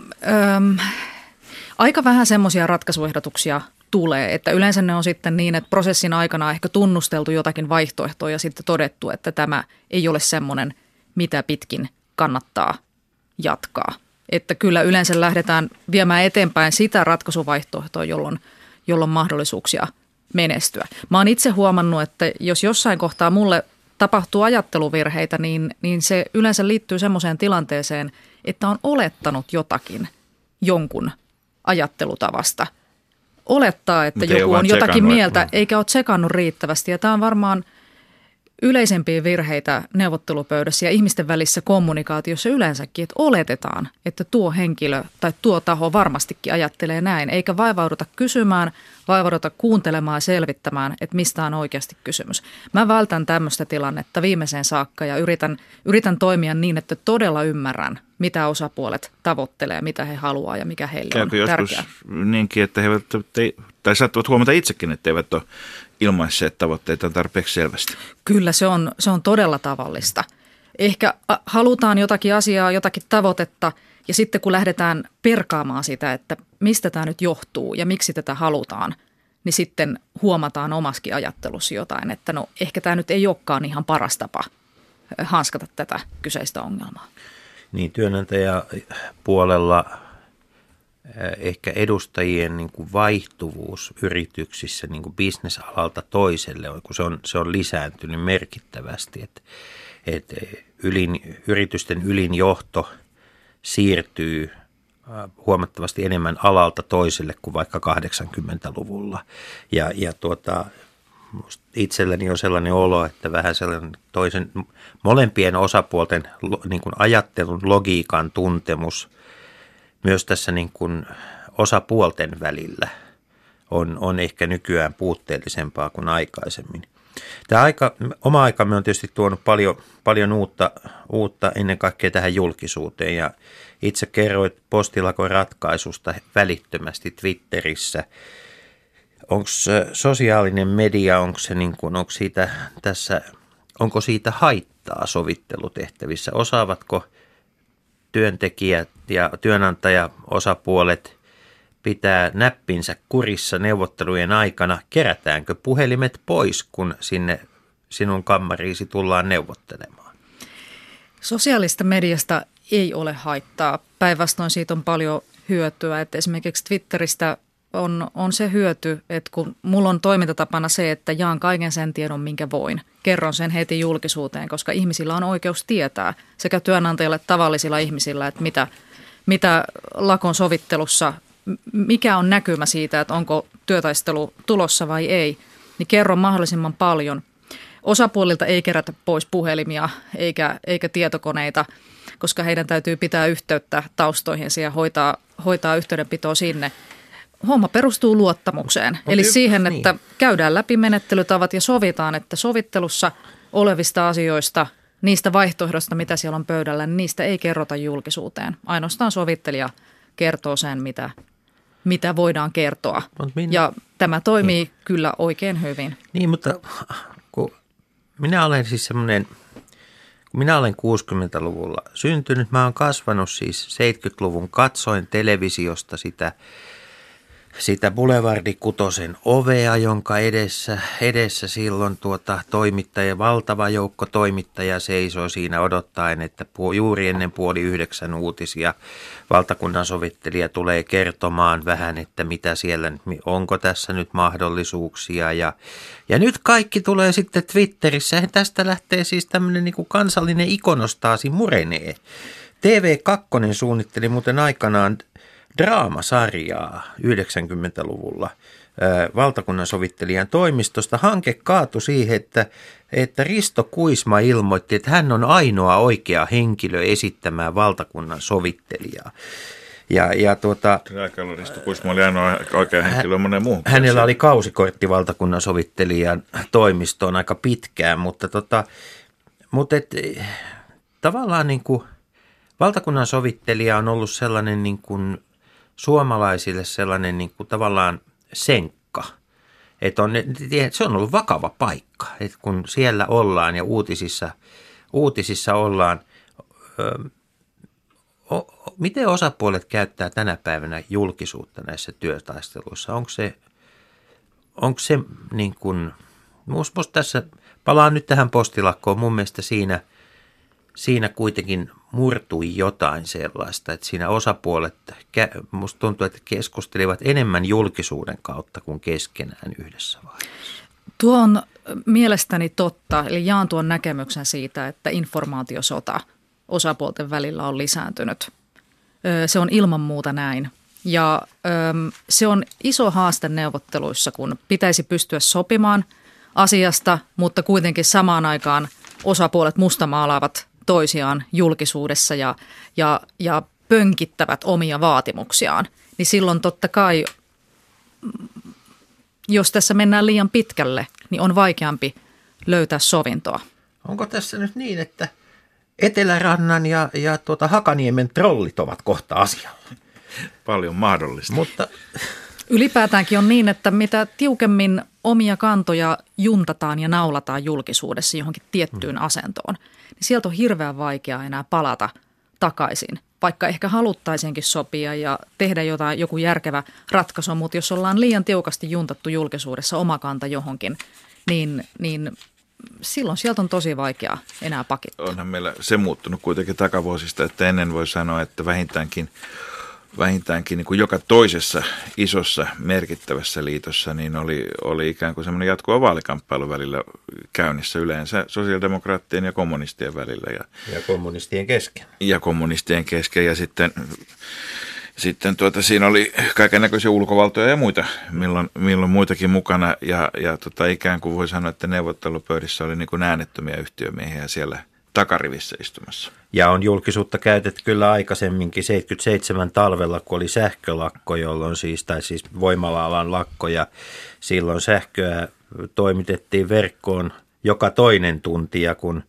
aika vähän semmoisia ratkaisuehdotuksia tulee, että yleensä ne on sitten niin, että prosessin aikana ehkä tunnusteltu jotakin vaihtoehtoa ja sitten todettu, että tämä ei ole semmoinen, mitä pitkin kannattaa jatkaa. Että kyllä yleensä lähdetään viemään eteenpäin sitä ratkaisuvaihtoehtoa, jolloin mahdollisuuksia menestyä. Mä oon itse huomannut, että jos jossain kohtaa mulle tapahtuu ajatteluvirheitä, niin se yleensä liittyy semmoiseen tilanteeseen, että on olettanut jotakin jonkun ajattelutavasta. Olettaa, että joku on jotakin mieltä, eikä ole tsekannut riittävästi. Ja tämä on varmaan yleisempiä virheitä neuvottelupöydässä ja ihmisten välissä kommunikaatiossa yleensäkin, että oletetaan, että tuo henkilö tai tuo taho varmastikin ajattelee näin, eikä vaivauduta kysymään, vaivauduta kuuntelemaan ja selvittämään, että mistä on oikeasti kysymys. Mä vältän tämmöistä tilannetta viimeiseen saakka ja yritän toimia niin, että todella ymmärrän, mitä osapuolet tavoittelee, mitä he haluaa ja mikä heille on tärkeää. Joskus niinkin, että he tai saattavat huomata itsekin, että eivät ole ilmaisseet tavoitteitaan tarpeeksi selvästi. Kyllä se on todella tavallista. Ehkä halutaan jotakin asiaa, jotakin tavoitetta ja sitten kun lähdetään perkaamaan sitä, että mistä tämä nyt johtuu ja miksi tätä halutaan, niin sitten huomataan omaskin ajattelussa jotain, että no ehkä tämä nyt ei olekaan ihan paras tapa hanskata tätä kyseistä ongelmaa. Niin, työnantajapuolella ehkä edustajien niin kuin vaihtuvuus yrityksissä niin kuin bisnesalalta toiselle, kun se on lisääntynyt merkittävästi, että yritysten ylin johto siirtyy huomattavasti enemmän alalta toiselle kuin vaikka 80-luvulla. Ja itselläni on sellainen olo, että vähän sellainen molempien osapuolten niin kuin ajattelun logiikan tuntemus myös tässä niin kuin osapuolten välillä on ehkä nykyään puutteellisempaa kuin aikaisemmin. Oma aikamme on tietysti tuonut paljon uutta ennen kaikkea tähän julkisuuteen, ja itse kerroit postilakon ratkaisusta välittömästi Twitterissä. Onko sosiaalinen media, onko siitä haittaa sovittelutehtävissä? Osaavatko työntekijät ja työnantajaosapuolet pitää näppinsä kurissa neuvottelujen aikana? Kerätäänkö puhelimet pois, kun sinne sinun kammariisi tullaan neuvottelemaan? Sosiaalista mediasta ei ole haittaa. Päinvastoin siitä on paljon hyötyä. Että esimerkiksi Twitteristä on se hyöty, että kun mulla on toimintatapana se, että jaan kaiken sen tiedon, minkä voin. Kerron sen heti julkisuuteen, koska ihmisillä on oikeus tietää sekä työnantajille että tavallisilla ihmisillä, että mitä lakon sovittelussa, mikä on näkymä siitä, että onko työtaistelu tulossa vai ei, niin kerron mahdollisimman paljon. Osapuolilta ei kerätä pois puhelimia eikä tietokoneita, koska heidän täytyy pitää yhteyttä taustoihinsa ja hoitaa yhteydenpitoa sinne. Homma perustuu luottamukseen, eli siihen, että käydään läpi menettelytavat ja sovitaan, että sovittelussa olevista asioista, niistä vaihtoehdoista, mitä siellä on pöydällä, niin niistä ei kerrota julkisuuteen. Ainoastaan sovittelija kertoo sen, mitä voidaan kertoa. Ja tämä toimii kyllä oikein hyvin. Niin, mutta kun minä olen siis semmoinen, kun minä olen 60-luvulla syntynyt, mä oon kasvanut siis 70-luvun, katsoin televisiosta sitä Boulevardi Kutosen ovea, jonka edessä silloin valtava joukko toimittajia seisoi siinä odottaen, että juuri ennen 8:30 uutisia valtakunnan sovittelija tulee kertomaan vähän, että mitä siellä, onko tässä nyt mahdollisuuksia. Ja nyt kaikki tulee sitten Twitterissä, ja tästä lähtee siis tämmöinen niin kuin kansallinen ikonostaasi murenee. TV2 suunnitteli muuten aikanaan draamasarjaa 90-luvulla valtakunnan sovittelijan toimistosta. Hanke kaatui siihen, että Risto Kuisma ilmoitti, että hän on ainoa oikea henkilö esittämään valtakunnan sovittelijaa. Risto Kuisma oli ainoa oikea henkilö monen muuhun. Hänellä oli kausikortti valtakunnan sovittelijan toimistoon aika pitkään, mutta tavallaan niin kuin valtakunnan sovittelija on ollut sellainen niin kuin suomalaisille sellainen niin kuin tavallaan senkka, että se on ollut vakava paikka, että kun siellä ollaan ja uutisissa ollaan, miten osapuolet käyttää tänä päivänä julkisuutta näissä työtaisteluissa? Onko se niin kuin, musta tässä, palaan nyt tähän postilakkoon, mun mielestä siinä kuitenkin murtui jotain sellaista, että siinä osapuolet, musta tuntuu, että keskustelivat enemmän julkisuuden kautta kuin keskenään yhdessä vaiheessa. Tuo on mielestäni totta, eli jaan tuon näkemyksen siitä, että informaatiosota osapuolten välillä on lisääntynyt. Se on ilman muuta näin. Ja se on iso haaste neuvotteluissa, kun pitäisi pystyä sopimaan asiasta, mutta kuitenkin samaan aikaan osapuolet mustamaalaavat toisiaan julkisuudessa ja pönkittävät omia vaatimuksiaan, niin silloin totta kai, jos tässä mennään liian pitkälle, niin on vaikeampi löytää sovintoa. Onko tässä nyt niin, että Etelärannan ja Hakaniemen trollit ovat kohta asialla? Paljon mahdollista. Mutta ylipäätäänkin on niin, että mitä tiukemmin omia kantoja juntataan ja naulataan julkisuudessa johonkin tiettyyn asentoon, niin sieltä on hirveän vaikeaa enää palata takaisin, vaikka ehkä haluttaisiinkin sopia ja tehdä joku järkevä ratkaisu, mutta jos ollaan liian tiukasti juntattu julkisuudessa oma kanta johonkin, niin silloin sieltä on tosi vaikea enää pakittaa. Onhan meillä se muuttunut kuitenkin takavuosista, että ennen voi sanoa, että vähintäänkin vähintäänkin niin kuin joka toisessa isossa merkittävässä liitossa, niin oli ikään kuin semmoinen jatkuva vaalikamppailu välillä käynnissä yleensä sosiaalidemokraattien ja kommunistien välillä. Ja kommunistien kesken. Ja kommunistien kesken ja sitten siinä oli kaikennäköisiä ulkovaltoja ja muita, milloin muitakin mukana ja ikään kuin voi sanoa, että neuvottelupöydissä oli niin kuin äänettömiä yhtiömiehiä siellä takarivissä istumassa. Ja on julkisuutta käytetty kyllä aikaisemminkin 77 talvella, kun oli sähkölakko, jolloin siis voimala-alan lakko ja silloin sähköä toimitettiin verkkoon joka toinen tunti ja kun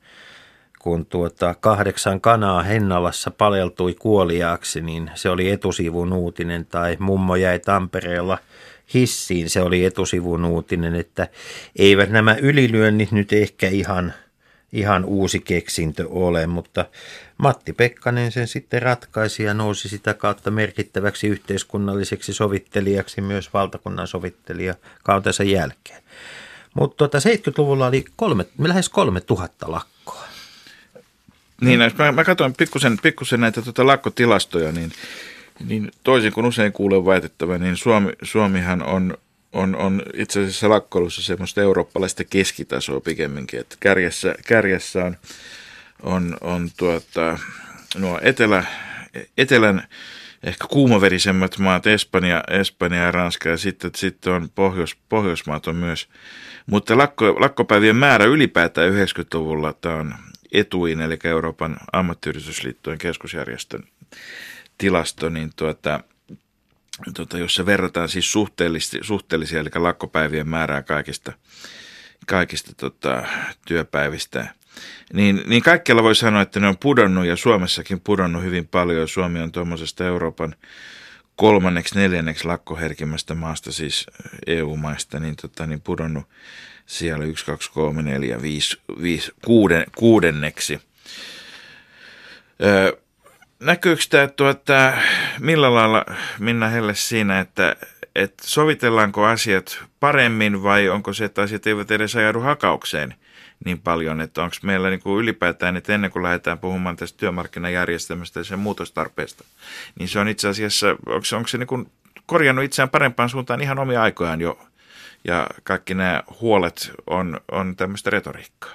8 kanaa Hennalassa paleltui kuoliaaksi, niin se oli etusivun uutinen, tai mummo jäi Tampereella hissiin, se oli etusivun uutinen, että eivät nämä ylilyönnit nyt ehkä ihan uusi keksintö ole, mutta Matti Pekkanen sen sitten ratkaisi ja nousi sitä kautta merkittäväksi yhteiskunnalliseksi sovittelijaksi myös valtakunnan sovittelija kautensa jälkeen. Mutta 70-luvulla oli lähes 3000 lakkoa. Niin, mä katsoin pikkusen näitä lakkotilastoja, niin toisin kuin usein kuulen väitettävän, niin Suomihan on itse asiassa lakkoilussa semmoista eurooppalaista keskitasoa pikemminkin, että kärjessä on nuo etelän ehkä kuumaverisemmät maat, Espanja ja Ranska ja sitten on Pohjoismaat on myös, mutta lakkopäivien määrä ylipäätään 90-luvulla tämä on Etuin, eli Euroopan ammattiyhdistysliittojen keskusjärjestön tilasto, niin jos se verrataan siis suhteellisia, eli lakkopäivien määrää kaikista työpäivistä, niin kaikkialla voi sanoa, että ne on pudonnut ja Suomessakin pudonnut hyvin paljon. Suomi on tuommoisesta Euroopan 3., 4. lakkoherkimmästä maasta, siis EU-maista, niin pudonnut siellä 1, 2, 3, 4, 5, 6. Näkyykö tämä millä lailla, Minna Helle, siinä, että sovitellaanko asiat paremmin vai onko se, että asiat eivät edes ajaudu hakaukseen niin paljon, että onko meillä niin kuin ylipäätään, että ennen kuin lähdetään puhumaan tästä työmarkkinajärjestelmästä ja sen muutostarpeesta, niin se on itse asiassa, onko se niin kuin korjannut itseään parempaan suuntaan ihan omia aikojaan jo, ja kaikki nämä huolet on tämmöistä retoriikkaa?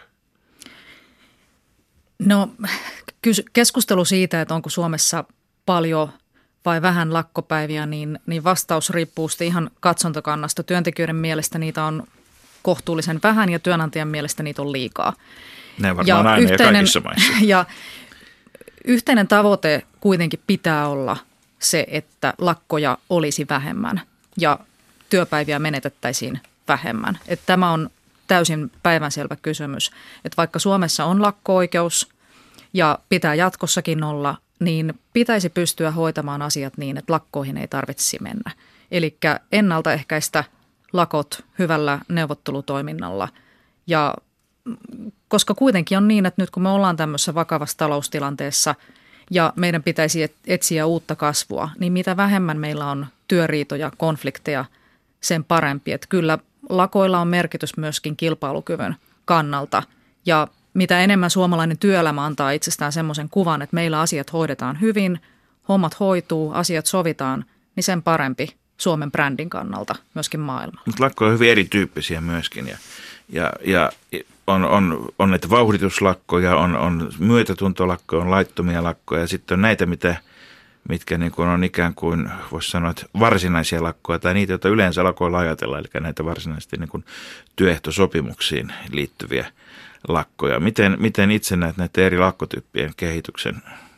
No keskustelu siitä, että onko Suomessa paljon vai vähän lakkopäiviä, niin vastaus riippuu ihan katsontokannasta. Työntekijöiden mielestä niitä on kohtuullisen vähän ja työnantajan mielestä niitä on liikaa. Näin varmaan aina ja kaikissa maissa. Ja yhteinen tavoite kuitenkin pitää olla se, että lakkoja olisi vähemmän ja työpäiviä menetettäisiin vähemmän. Että tämä on täysin päivänselvä kysymys, että vaikka Suomessa on lakko-oikeus ja pitää jatkossakin olla, niin pitäisi pystyä hoitamaan asiat niin, että lakkoihin ei tarvitsisi mennä. Eli ennaltaehkäistä lakot hyvällä neuvottelutoiminnalla. Ja koska kuitenkin on niin, että nyt kun me ollaan tämmöisessä vakavassa taloustilanteessa ja meidän pitäisi etsiä uutta kasvua, niin mitä vähemmän meillä on työriitoja, konflikteja, sen parempi. Että kyllä lakoilla on merkitys myöskin kilpailukyvyn kannalta ja mitä enemmän suomalainen työelämä antaa itsestään semmoisen kuvan, että meillä asiat hoidetaan hyvin, hommat hoituu, asiat sovitaan, niin sen parempi Suomen brändin kannalta myöskin maailmalla. Mutta lakkoja on hyvin erityyppisiä myöskin ja on näitä vauhdituslakkoja, on myötätuntolakkoja, on laittomia lakkoja ja sitten on näitä, mitkä niin kuin on ikään kuin, voisi sanoa, että varsinaisia lakkoja tai niitä, joita yleensä lakoilla ajatellaan, eli näitä varsinaisesti niin kuin työehtosopimuksiin liittyviä lakkoja. Miten itse näet näiden eri lakkotyyppien kehityksen?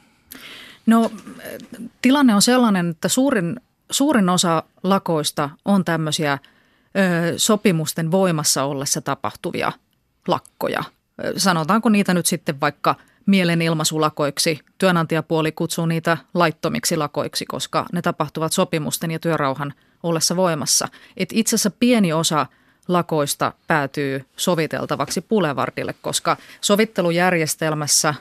No tilanne on sellainen, että suurin osa lakoista on tämmöisiä sopimusten voimassa ollessa tapahtuvia lakkoja. Sanotaanko niitä nyt sitten vaikka mielenilmaisulakoiksi, työnantajapuoli kutsuu niitä laittomiksi lakoiksi, koska ne tapahtuvat sopimusten ja työrauhan ollessa voimassa. Et itse asiassa pieni osa lakoista päätyy soviteltavaksi Boulevardille, koska sovittelujärjestelmässä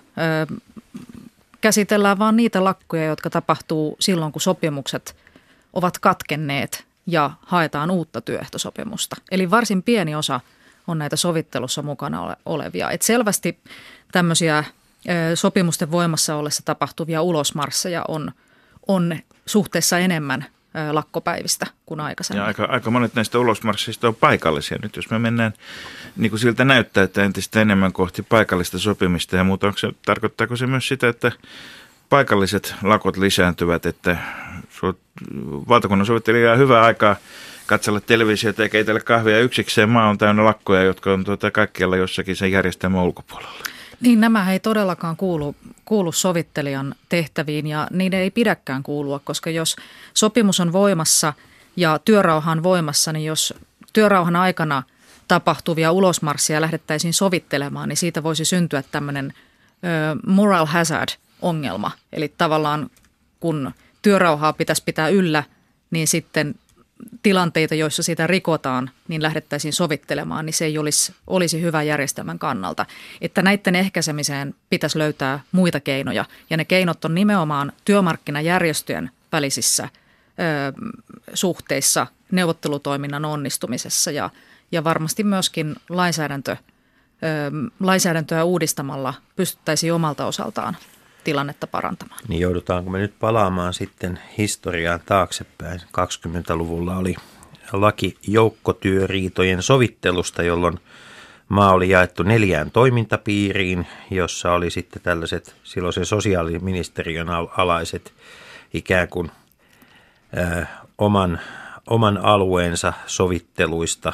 käsitellään vain niitä lakkoja, jotka tapahtuu silloin, kun sopimukset ovat katkenneet ja haetaan uutta työehtosopimusta. Eli varsin pieni osa on näitä sovittelussa mukana olevia. Et selvästi tämmöisiä sopimusten voimassa ollessa tapahtuvia ulosmarsseja on suhteessa enemmän lakkopäivistä kuin aikaisemmin. Ja aika monet näistä ulosmarssista on paikallisia. Nyt jos me mennään, niin kuin siltä näyttää, että entistä enemmän kohti paikallista sopimista ja muuta, tarkoittaako se myös sitä, että paikalliset lakot lisääntyvät, että valtakunnan sovittelija hyvää aikaa katsella televisiota ja keitellä kahvia yksikseen. Maa on täynnä lakkoja, jotka on kaikkialla jossakin sen järjestelmän ulkopuolella. Niin, nämä ei todellakaan kuulu sovittelijan tehtäviin ja niiden ei pidäkään kuulua, koska jos sopimus on voimassa ja työrauha on voimassa, niin jos työrauhan aikana tapahtuvia ulosmarsseja lähdettäisiin sovittelemaan, niin siitä voisi syntyä tämmöinen moral hazard-ongelma. Eli tavallaan kun työrauhaa pitäisi pitää yllä, niin sitten tilanteita, joissa sitä rikotaan, niin lähdettäisiin sovittelemaan, niin se ei olisi hyvä järjestelmän kannalta. Että näiden ehkäisemiseen pitäisi löytää muita keinoja. Ja ne keinot on nimenomaan työmarkkinajärjestöjen välisissä suhteissa, neuvottelutoiminnan onnistumisessa ja varmasti myöskin lainsäädäntöä uudistamalla pystyttäisiin omalta osaltaan tilannetta parantamaan. Niin joudutaanko me nyt palaamaan sitten historiaan taaksepäin? 20-luvulla oli laki joukkotyöriitojen sovittelusta, jolloin maa oli jaettu 4 toimintapiiriin, jossa oli sitten tällaiset silloisen sosiaaliministeriön alaiset ikään kuin oman alueensa sovitteluista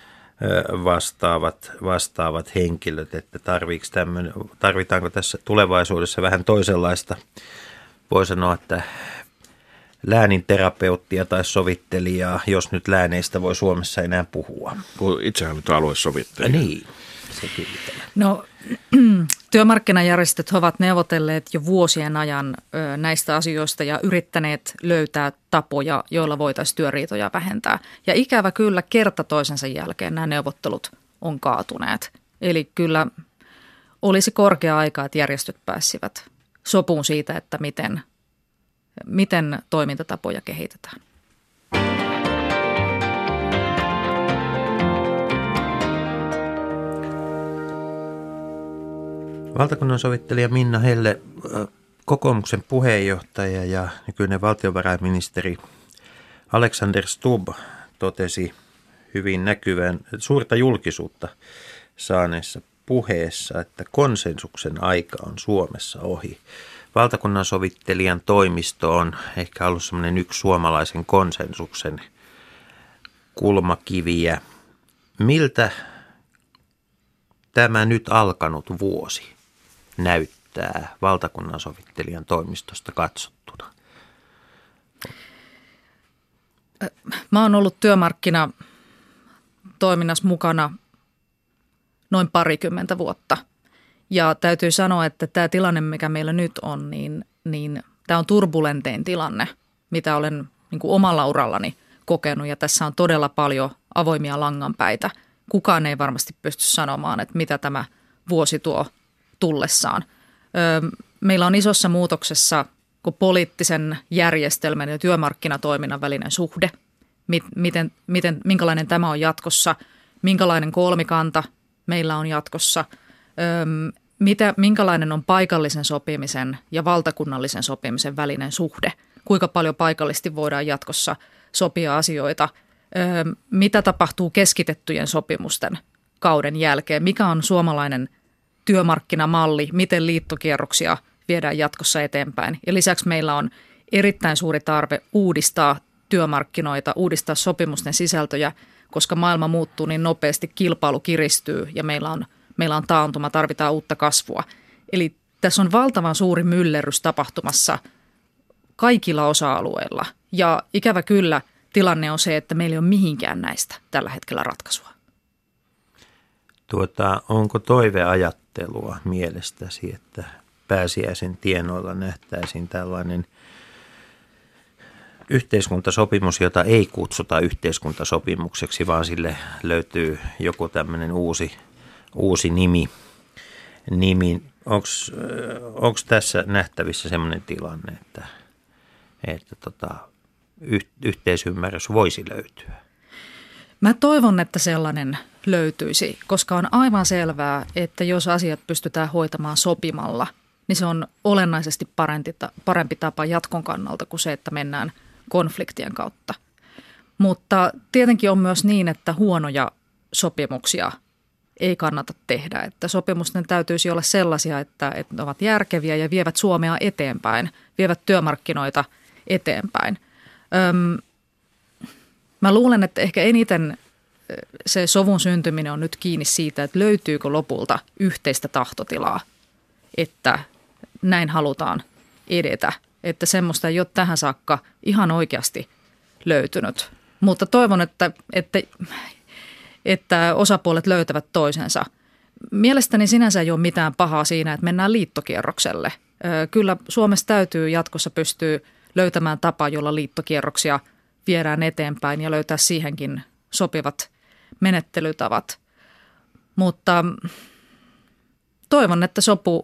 vastaavat henkilöt, että tarvitaanko tässä tulevaisuudessa vähän toisenlaista, voi sanoa, että lääninterapeuttia tai sovittelijaa, jos nyt lääneistä voi Suomessa enää puhua. Itsehallintoaluesovittelija. Niin, se kyllä. No, työmarkkinajärjestöt ovat neuvotelleet jo vuosien ajan näistä asioista ja yrittäneet löytää tapoja, joilla voitaisiin työriitoja vähentää. Ja ikävä kyllä kerta toisensa jälkeen nämä neuvottelut on kaatuneet. Eli kyllä olisi korkea aika, että järjestöt pääsivät sopuun siitä, että miten toimintatapoja kehitetään. Valtakunnan sovittelija Minna Helle, kokoomuksen puheenjohtaja ja nykyinen valtiovarainministeri Alexander Stubb totesi hyvin näkyvän suurta julkisuutta saaneessa puheessa, että konsensuksen aika on Suomessa ohi. Valtakunnan sovittelijan toimisto on ehkä ollut semmoinen yksi suomalaisen konsensuksen kulmakiviä. Miltä tämä nyt alkanut vuosi näyttää valtakunnan sovittelijan toimistosta katsottuna? Mä oon ollut työmarkkinatoiminnassa mukana noin 20 vuotta. Ja täytyy sanoa, että tämä tilanne, mikä meillä nyt on, niin tämä on turbulentein tilanne, mitä olen niin kuin omalla urallani kokenut. Ja tässä on todella paljon avoimia langanpäitä. Kukaan ei varmasti pysty sanomaan, että mitä tämä vuosi tuo tullessaan. Meillä on isossa muutoksessa kuin poliittisen järjestelmän ja työmarkkinatoiminnan välinen suhde. Minkälainen tämä on jatkossa, minkälainen kolmikanta meillä on jatkossa, minkälainen on paikallisen sopimisen ja valtakunnallisen sopimisen välinen suhde, kuinka paljon paikallisesti voidaan jatkossa sopia asioita, mitä tapahtuu keskitettyjen sopimusten kauden jälkeen, mikä on suomalainen työmarkkinamalli, miten liittokierroksia viedään jatkossa eteenpäin. Ja lisäksi meillä on erittäin suuri tarve uudistaa työmarkkinoita, uudistaa sopimusten sisältöjä, koska maailma muuttuu niin nopeasti, kilpailu kiristyy ja meillä on taantuma, tarvitaan uutta kasvua. Eli tässä on valtavan suuri myllerrys tapahtumassa kaikilla osa-alueilla ja ikävä kyllä tilanne on se, että meillä ei ole mihinkään näistä tällä hetkellä ratkaisua. Onko toiveajattelua mielestäsi, että pääsiäisen tienoilla nähtäisiin tällainen yhteiskuntasopimus, jota ei kutsuta yhteiskuntasopimukseksi, vaan sille löytyy joku tämmöinen uusi nimi. Onko tässä nähtävissä semmoinen tilanne, että yhteisymmärrys voisi löytyä? Mä toivon, että sellainen löytyisi, koska on aivan selvää, että jos asiat pystytään hoitamaan sopimalla, niin se on olennaisesti parempi tapa jatkon kannalta kuin se, että mennään konfliktien kautta. Mutta tietenkin on myös niin, että huonoja sopimuksia ei kannata tehdä. Että sopimusten täytyisi olla sellaisia, että ne ovat järkeviä ja vievät Suomea eteenpäin, vievät työmarkkinoita eteenpäin. Mä luulen, että ehkä eniten se sovun syntyminen on nyt kiinni siitä, että löytyykö lopulta yhteistä tahtotilaa, että näin halutaan edetä. Että semmoista ei ole tähän saakka ihan oikeasti löytynyt. Mutta toivon, että osapuolet löytävät toisensa. Mielestäni sinänsä ei ole mitään pahaa siinä, että mennään liittokierrokselle. Kyllä Suomessa täytyy jatkossa pystyä löytämään tapa, jolla liittokierroksia viedään eteenpäin ja löytää siihenkin sopivat menettelytavat. Mutta toivon, että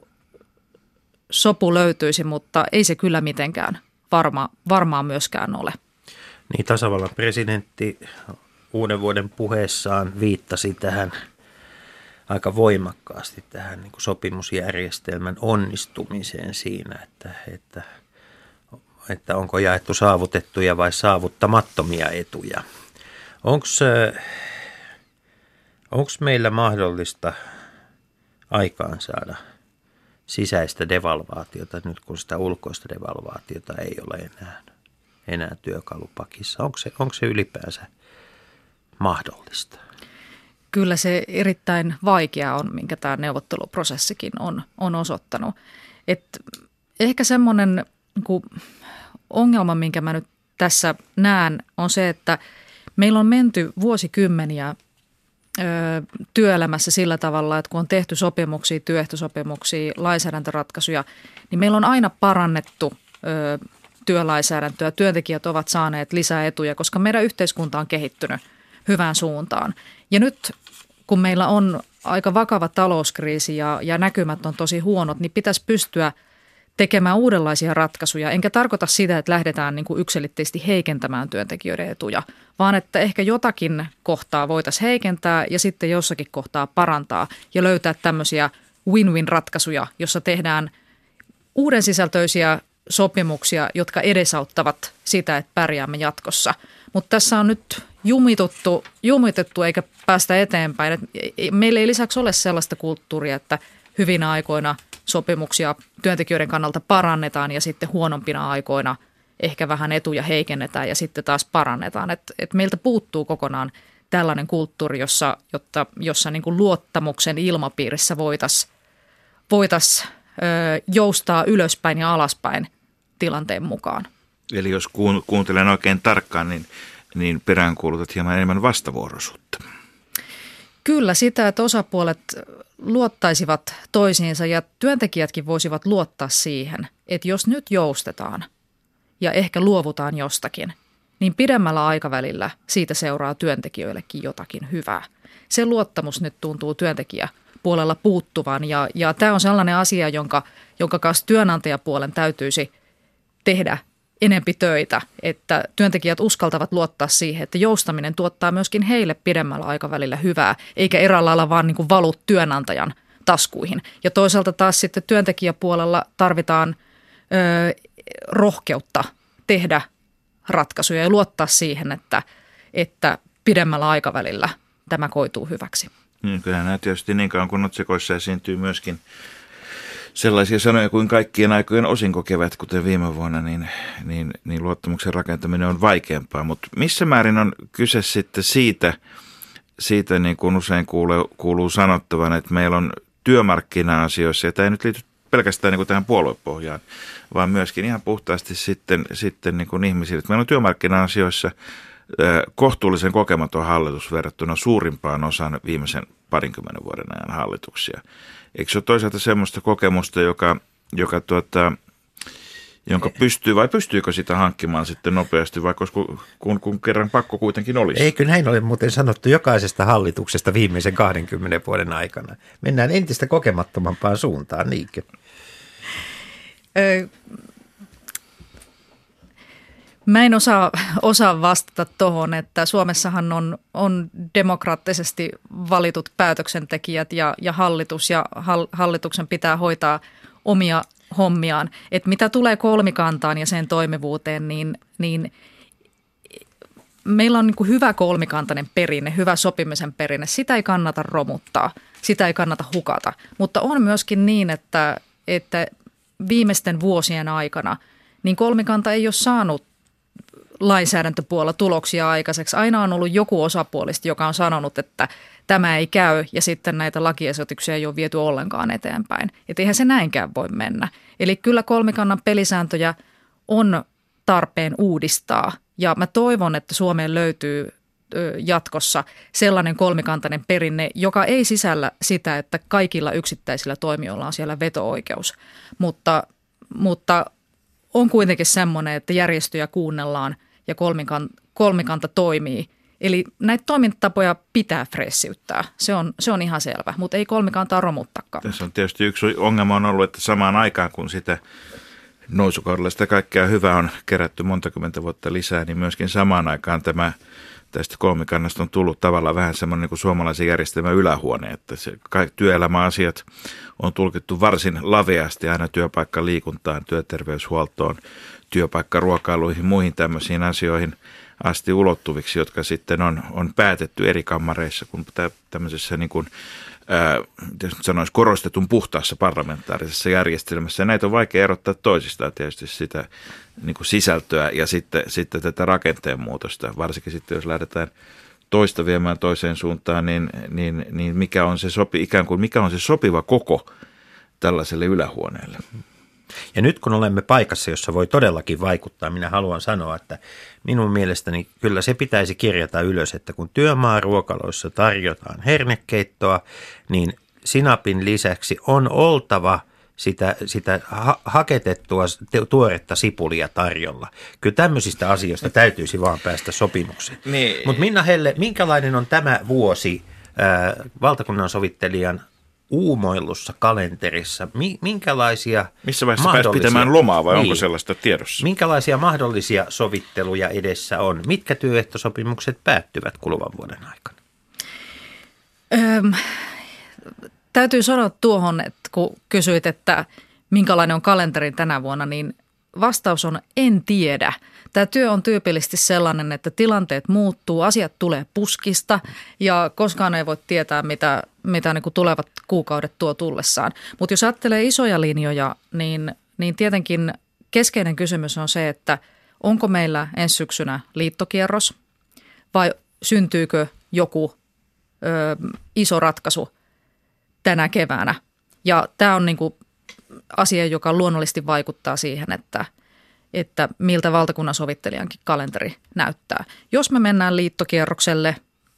sopu löytyisi, mutta ei se kyllä mitenkään varmaa myöskään ole. Niin, tasavallan presidentti uuden vuoden puheessaan viittasi tähän aika voimakkaasti tähän niin kuin sopimusjärjestelmän onnistumiseen siinä, että onko jaettu saavutettuja vai saavuttamattomia etuja. Onko meillä mahdollista aikaansaada sisäistä devalvaatiota nyt, kun sitä ulkoista devalvaatiota ei ole enää työkalupakissa? Onko se ylipäänsä mahdollista? Kyllä se erittäin vaikea on, minkä tämä neuvotteluprosessikin on osoittanut. Et ehkä semmoinen ongelma, minkä mä nyt tässä näen, on se, että meillä on menty vuosikymmeniä työelämässä sillä tavalla, että kun on tehty sopimuksia, työehtosopimuksia, lainsäädäntöratkaisuja, niin meillä on aina parannettu työlainsäädäntöä. Työntekijät ovat saaneet lisää etuja, koska meidän yhteiskunta on kehittynyt hyvään suuntaan. Ja nyt kun meillä on aika vakava talouskriisi ja näkymät on tosi huonot, niin pitäisi pystyä tekemään uudenlaisia ratkaisuja. Enkä tarkoita sitä, että lähdetään niin kuin yksiselitteisesti heikentämään työntekijöiden etuja, vaan että ehkä jotakin kohtaa voitaisiin heikentää ja sitten jossakin kohtaa parantaa ja löytää tämmöisiä win-win-ratkaisuja, jossa tehdään uuden sisältöisiä sopimuksia, jotka edesauttavat sitä, että pärjäämme jatkossa. Mutta tässä on nyt jumitettu eikä päästä eteenpäin. Meillä ei lisäksi ole sellaista kulttuuria, että hyvinä aikoina sopimuksia työntekijöiden kannalta parannetaan ja sitten huonompina aikoina ehkä vähän etuja heikennetään ja sitten taas parannetaan. Et meiltä puuttuu kokonaan tällainen kulttuuri, jossa niin kuin luottamuksen ilmapiirissä voitaisiin joustaa ylöspäin ja alaspäin tilanteen mukaan. Eli jos kuuntelen oikein tarkkaan, niin peräänkuulutat hieman enemmän vastavuoroisuutta. Kyllä sitä, että osapuolet luottaisivat toisiinsa ja työntekijätkin voisivat luottaa siihen, että jos nyt joustetaan ja ehkä luovutaan jostakin, niin pidemmällä aikavälillä siitä seuraa työntekijöillekin jotakin hyvää. Se luottamus nyt tuntuu työntekijäpuolella puuttuvan ja tämä on sellainen asia, jonka kanssa työnantajapuolen täytyisi tehdä enempi töitä, että työntekijät uskaltavat luottaa siihen, että joustaminen tuottaa myöskin heille pidemmällä aikavälillä hyvää, eikä eräällä lailla vaan niin kuin valu työnantajan taskuihin. Ja toisaalta taas sitten työntekijäpuolella tarvitaan rohkeutta tehdä ratkaisuja ja luottaa siihen, että pidemmällä aikavälillä tämä koituu hyväksi. Kyllähän nämä tietysti niin kauan kun otsikoissa esiintyy myöskin sellaisia sanoja kuin kaikkien aikojen osinkokevät, kuten viime vuonna, niin luottamuksen rakentaminen on vaikeampaa. Mutta missä määrin on kyse sitten siitä niin kuin usein kuuluu sanottavan, että meillä on työmarkkina-asioissa, ja tämä ei nyt liity pelkästään niin kuin tähän puoluepohjaan, vaan myöskin ihan puhtaasti sitten niin kuin ihmisille. Että meillä on työmarkkina-asioissa kohtuullisen kokematon hallitus verrattuna suurimpaan osaan viimeisen 20 vuoden ajan hallituksia. Eikö se ole toisaalta semmoista kokemusta, jonka pystyy, vai pystyykö sitä hankkimaan sitten nopeasti, vaikka kun kerran pakko kuitenkin olisi? Eikö näin ole muuten sanottu jokaisesta hallituksesta viimeisen 20 vuoden aikana? Mennään entistä kokemattomampaan suuntaan, niinkö? Mä en osaa vastata tuohon, että Suomessahan on demokraattisesti valitut päätöksentekijät ja hallitus ja hallituksen pitää hoitaa omia hommiaan. Että mitä tulee kolmikantaan ja sen toimivuuteen, niin meillä on niin kuin hyvä kolmikantainen perinne, hyvä sopimisen perinne. Sitä ei kannata romuttaa, sitä ei kannata hukata. Mutta on myöskin niin, että viimeisten vuosien aikana niin kolmikanta ei ole saanut lainsäädäntöpuolella tuloksia aikaiseksi. Aina on ollut joku osapuolista, joka on sanonut, että tämä ei käy ja sitten näitä lakiesityksiä ei ole viety ollenkaan eteenpäin. Että eihän se näinkään voi mennä. Eli kyllä kolmikannan pelisääntöjä on tarpeen uudistaa ja mä toivon, että Suomeen löytyy jatkossa sellainen kolmikantainen perinne, joka ei sisällä sitä, että kaikilla yksittäisillä toimijoilla on siellä veto-oikeus, mutta on kuitenkin semmoinen, että järjestöjä kuunnellaan ja kolmikanta toimii. Eli näitä toimintatapoja pitää fressiyttää, se on ihan selvä, mutta ei kolmikantaa romuttakaan. Tässä on tietysti yksi ongelma on ollut, että samaan aikaan kun sitä nousukaudella sitä kaikkea hyvää on kerätty monta kymmentä vuotta lisää, niin myöskin samaan aikaan tästä kolmikannasta on tullut tavallaan vähän semmoinen niin kuin suomalaisen järjestelmän ylähuone, että se työelämäasiat on tulkittu varsin laveasti aina työpaikkaliikuntaan, työterveyshuoltoon, työpaikkaruokailuihin, muihin tämmöisiin asioihin asti ulottuviksi, jotka sitten on päätetty eri kammareissa, kun tämmöisessä niin kuin, sanoisi, korostetun puhtaassa parlamentaarisessa järjestelmässä. Ja näitä on vaikea erottaa toisistaan tietysti sitä niin kuin sisältöä ja sitten tätä rakenteen muutosta, varsinkin sitten jos lähdetään toista viemään toiseen suuntaan, niin mikä on se mikä on se sopiva koko tällaiselle ylähuoneelle. Ja nyt kun olemme paikassa, jossa voi todellakin vaikuttaa, minä haluan sanoa, että minun mielestäni kyllä se pitäisi kirjata ylös, että kun työmaaruokaloissa tarjotaan hernekeittoa, niin sinapin lisäksi on oltava sitä haketettua tuoretta sipulia tarjolla. Kyllä tämmöisistä asioista täytyisi vaan päästä sopimukseen. Niin. Mutta Minna Helle, minkälainen on tämä vuosi valtakunnan sovittelijan uumoillussa kalenterissa? Minkälaisia missä vaiheessa pääsi pitämään lomaa vai onko sellaista tiedossa? Minkälaisia mahdollisia sovitteluja edessä on? Mitkä työehtosopimukset päättyvät kuluvan vuoden aikana? Täytyy sanoa tuohon, että kun kysyit, että minkälainen on kalenteri tänä vuonna, niin vastaus on en tiedä. Tämä työ on tyypillisesti sellainen, että tilanteet muuttuu, asiat tulee puskista ja koskaan ei voi tietää, mitä niin kuin tulevat kuukaudet tuo tullessaan. Mutta jos ajattelee isoja linjoja, niin tietenkin keskeinen kysymys on se, että onko meillä ensi syksynä liittokierros vai syntyykö joku iso ratkaisu tänä keväänä. Ja tämä on niin kuin asia, joka luonnollisesti vaikuttaa siihen, että miltä valtakunnan sovittelijankin kalenteri näyttää. Jos me mennään liittokierrokselle,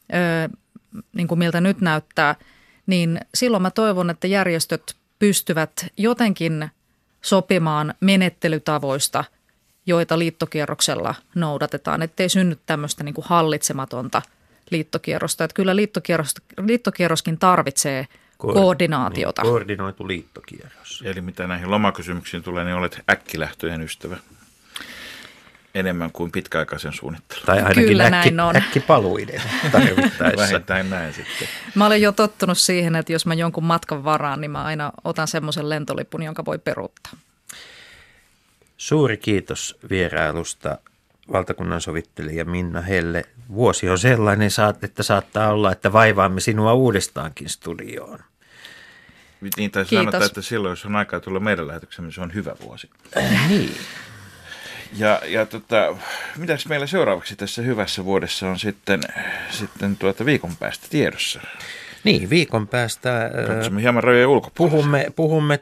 niin kuin miltä nyt näyttää, niin silloin mä toivon, että järjestöt pystyvät jotenkin sopimaan menettelytavoista, joita liittokierroksella noudatetaan, ettei synny tämmöistä niin kuin hallitsematonta liittokierrosta. Että kyllä liittokierroskin tarvitsee koordinaatiota. Niin, koordinoitu liittokierros. Eli mitä näihin lomakysymyksiin tulee, niin olet äkkilähtöjen ystävä. Enemmän kuin pitkäaikaisen suunnittelun. Tai ainakin äkkipaluiden tarvittaessa. Vähintään näin sitten. Mä olen jo tottunut siihen, että jos mä jonkun matkan varaan, niin mä aina otan semmoisen lentolipun, jonka voi peruuttaa. Suuri kiitos vierailusta valtakunnan sovittelija Minna Helle. Vuosi on sellainen, että saattaa olla, että vaivaamme sinua uudestaankin studioon. Niin taisi sanoa, että silloin, jos on aikaa tulla meidän lähetyksemme, se on hyvä vuosi. Niin. Ja mitäs meillä seuraavaksi tässä hyvässä vuodessa on sitten viikon päästä tiedossa? Niin, viikon päästä hieman rajojen ulkopuolella. Puhumme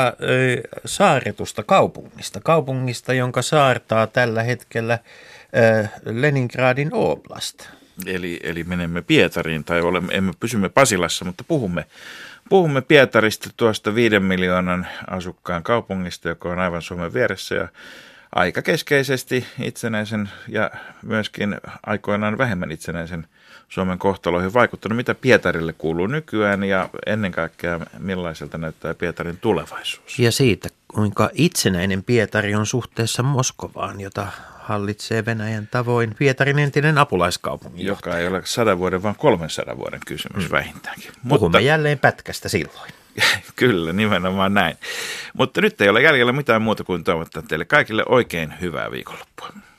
saarretusta kaupungista, jonka saartaa tällä hetkellä Leningradin oblast. Eli menemme Pietariin, tai pysymme Pasilassa, mutta puhumme Pietarista, tuosta 5 miljoonan asukkaan kaupungista, joka on aivan Suomen vieressä ja aika keskeisesti itsenäisen ja myöskin aikoinaan vähemmän itsenäisen Suomen kohtaloihin vaikuttanut. Mitä Pietarille kuuluu nykyään ja ennen kaikkea millaiselta näyttää Pietarin tulevaisuus? Ja siitä, kuinka itsenäinen Pietari on suhteessa Moskovaan, jota hallitsee Venäjän tavoin Pietarin entinen apulaiskaupunki. Joka ei ole 100 vuoden, vaan 300 vuoden kysymys vähintäänkin. Puhumme jälleen pätkästä silloin. Kyllä, nimenomaan näin. Mutta nyt ei ole jäljellä mitään muuta kuin toivottaa teille kaikille oikein hyvää viikonloppua.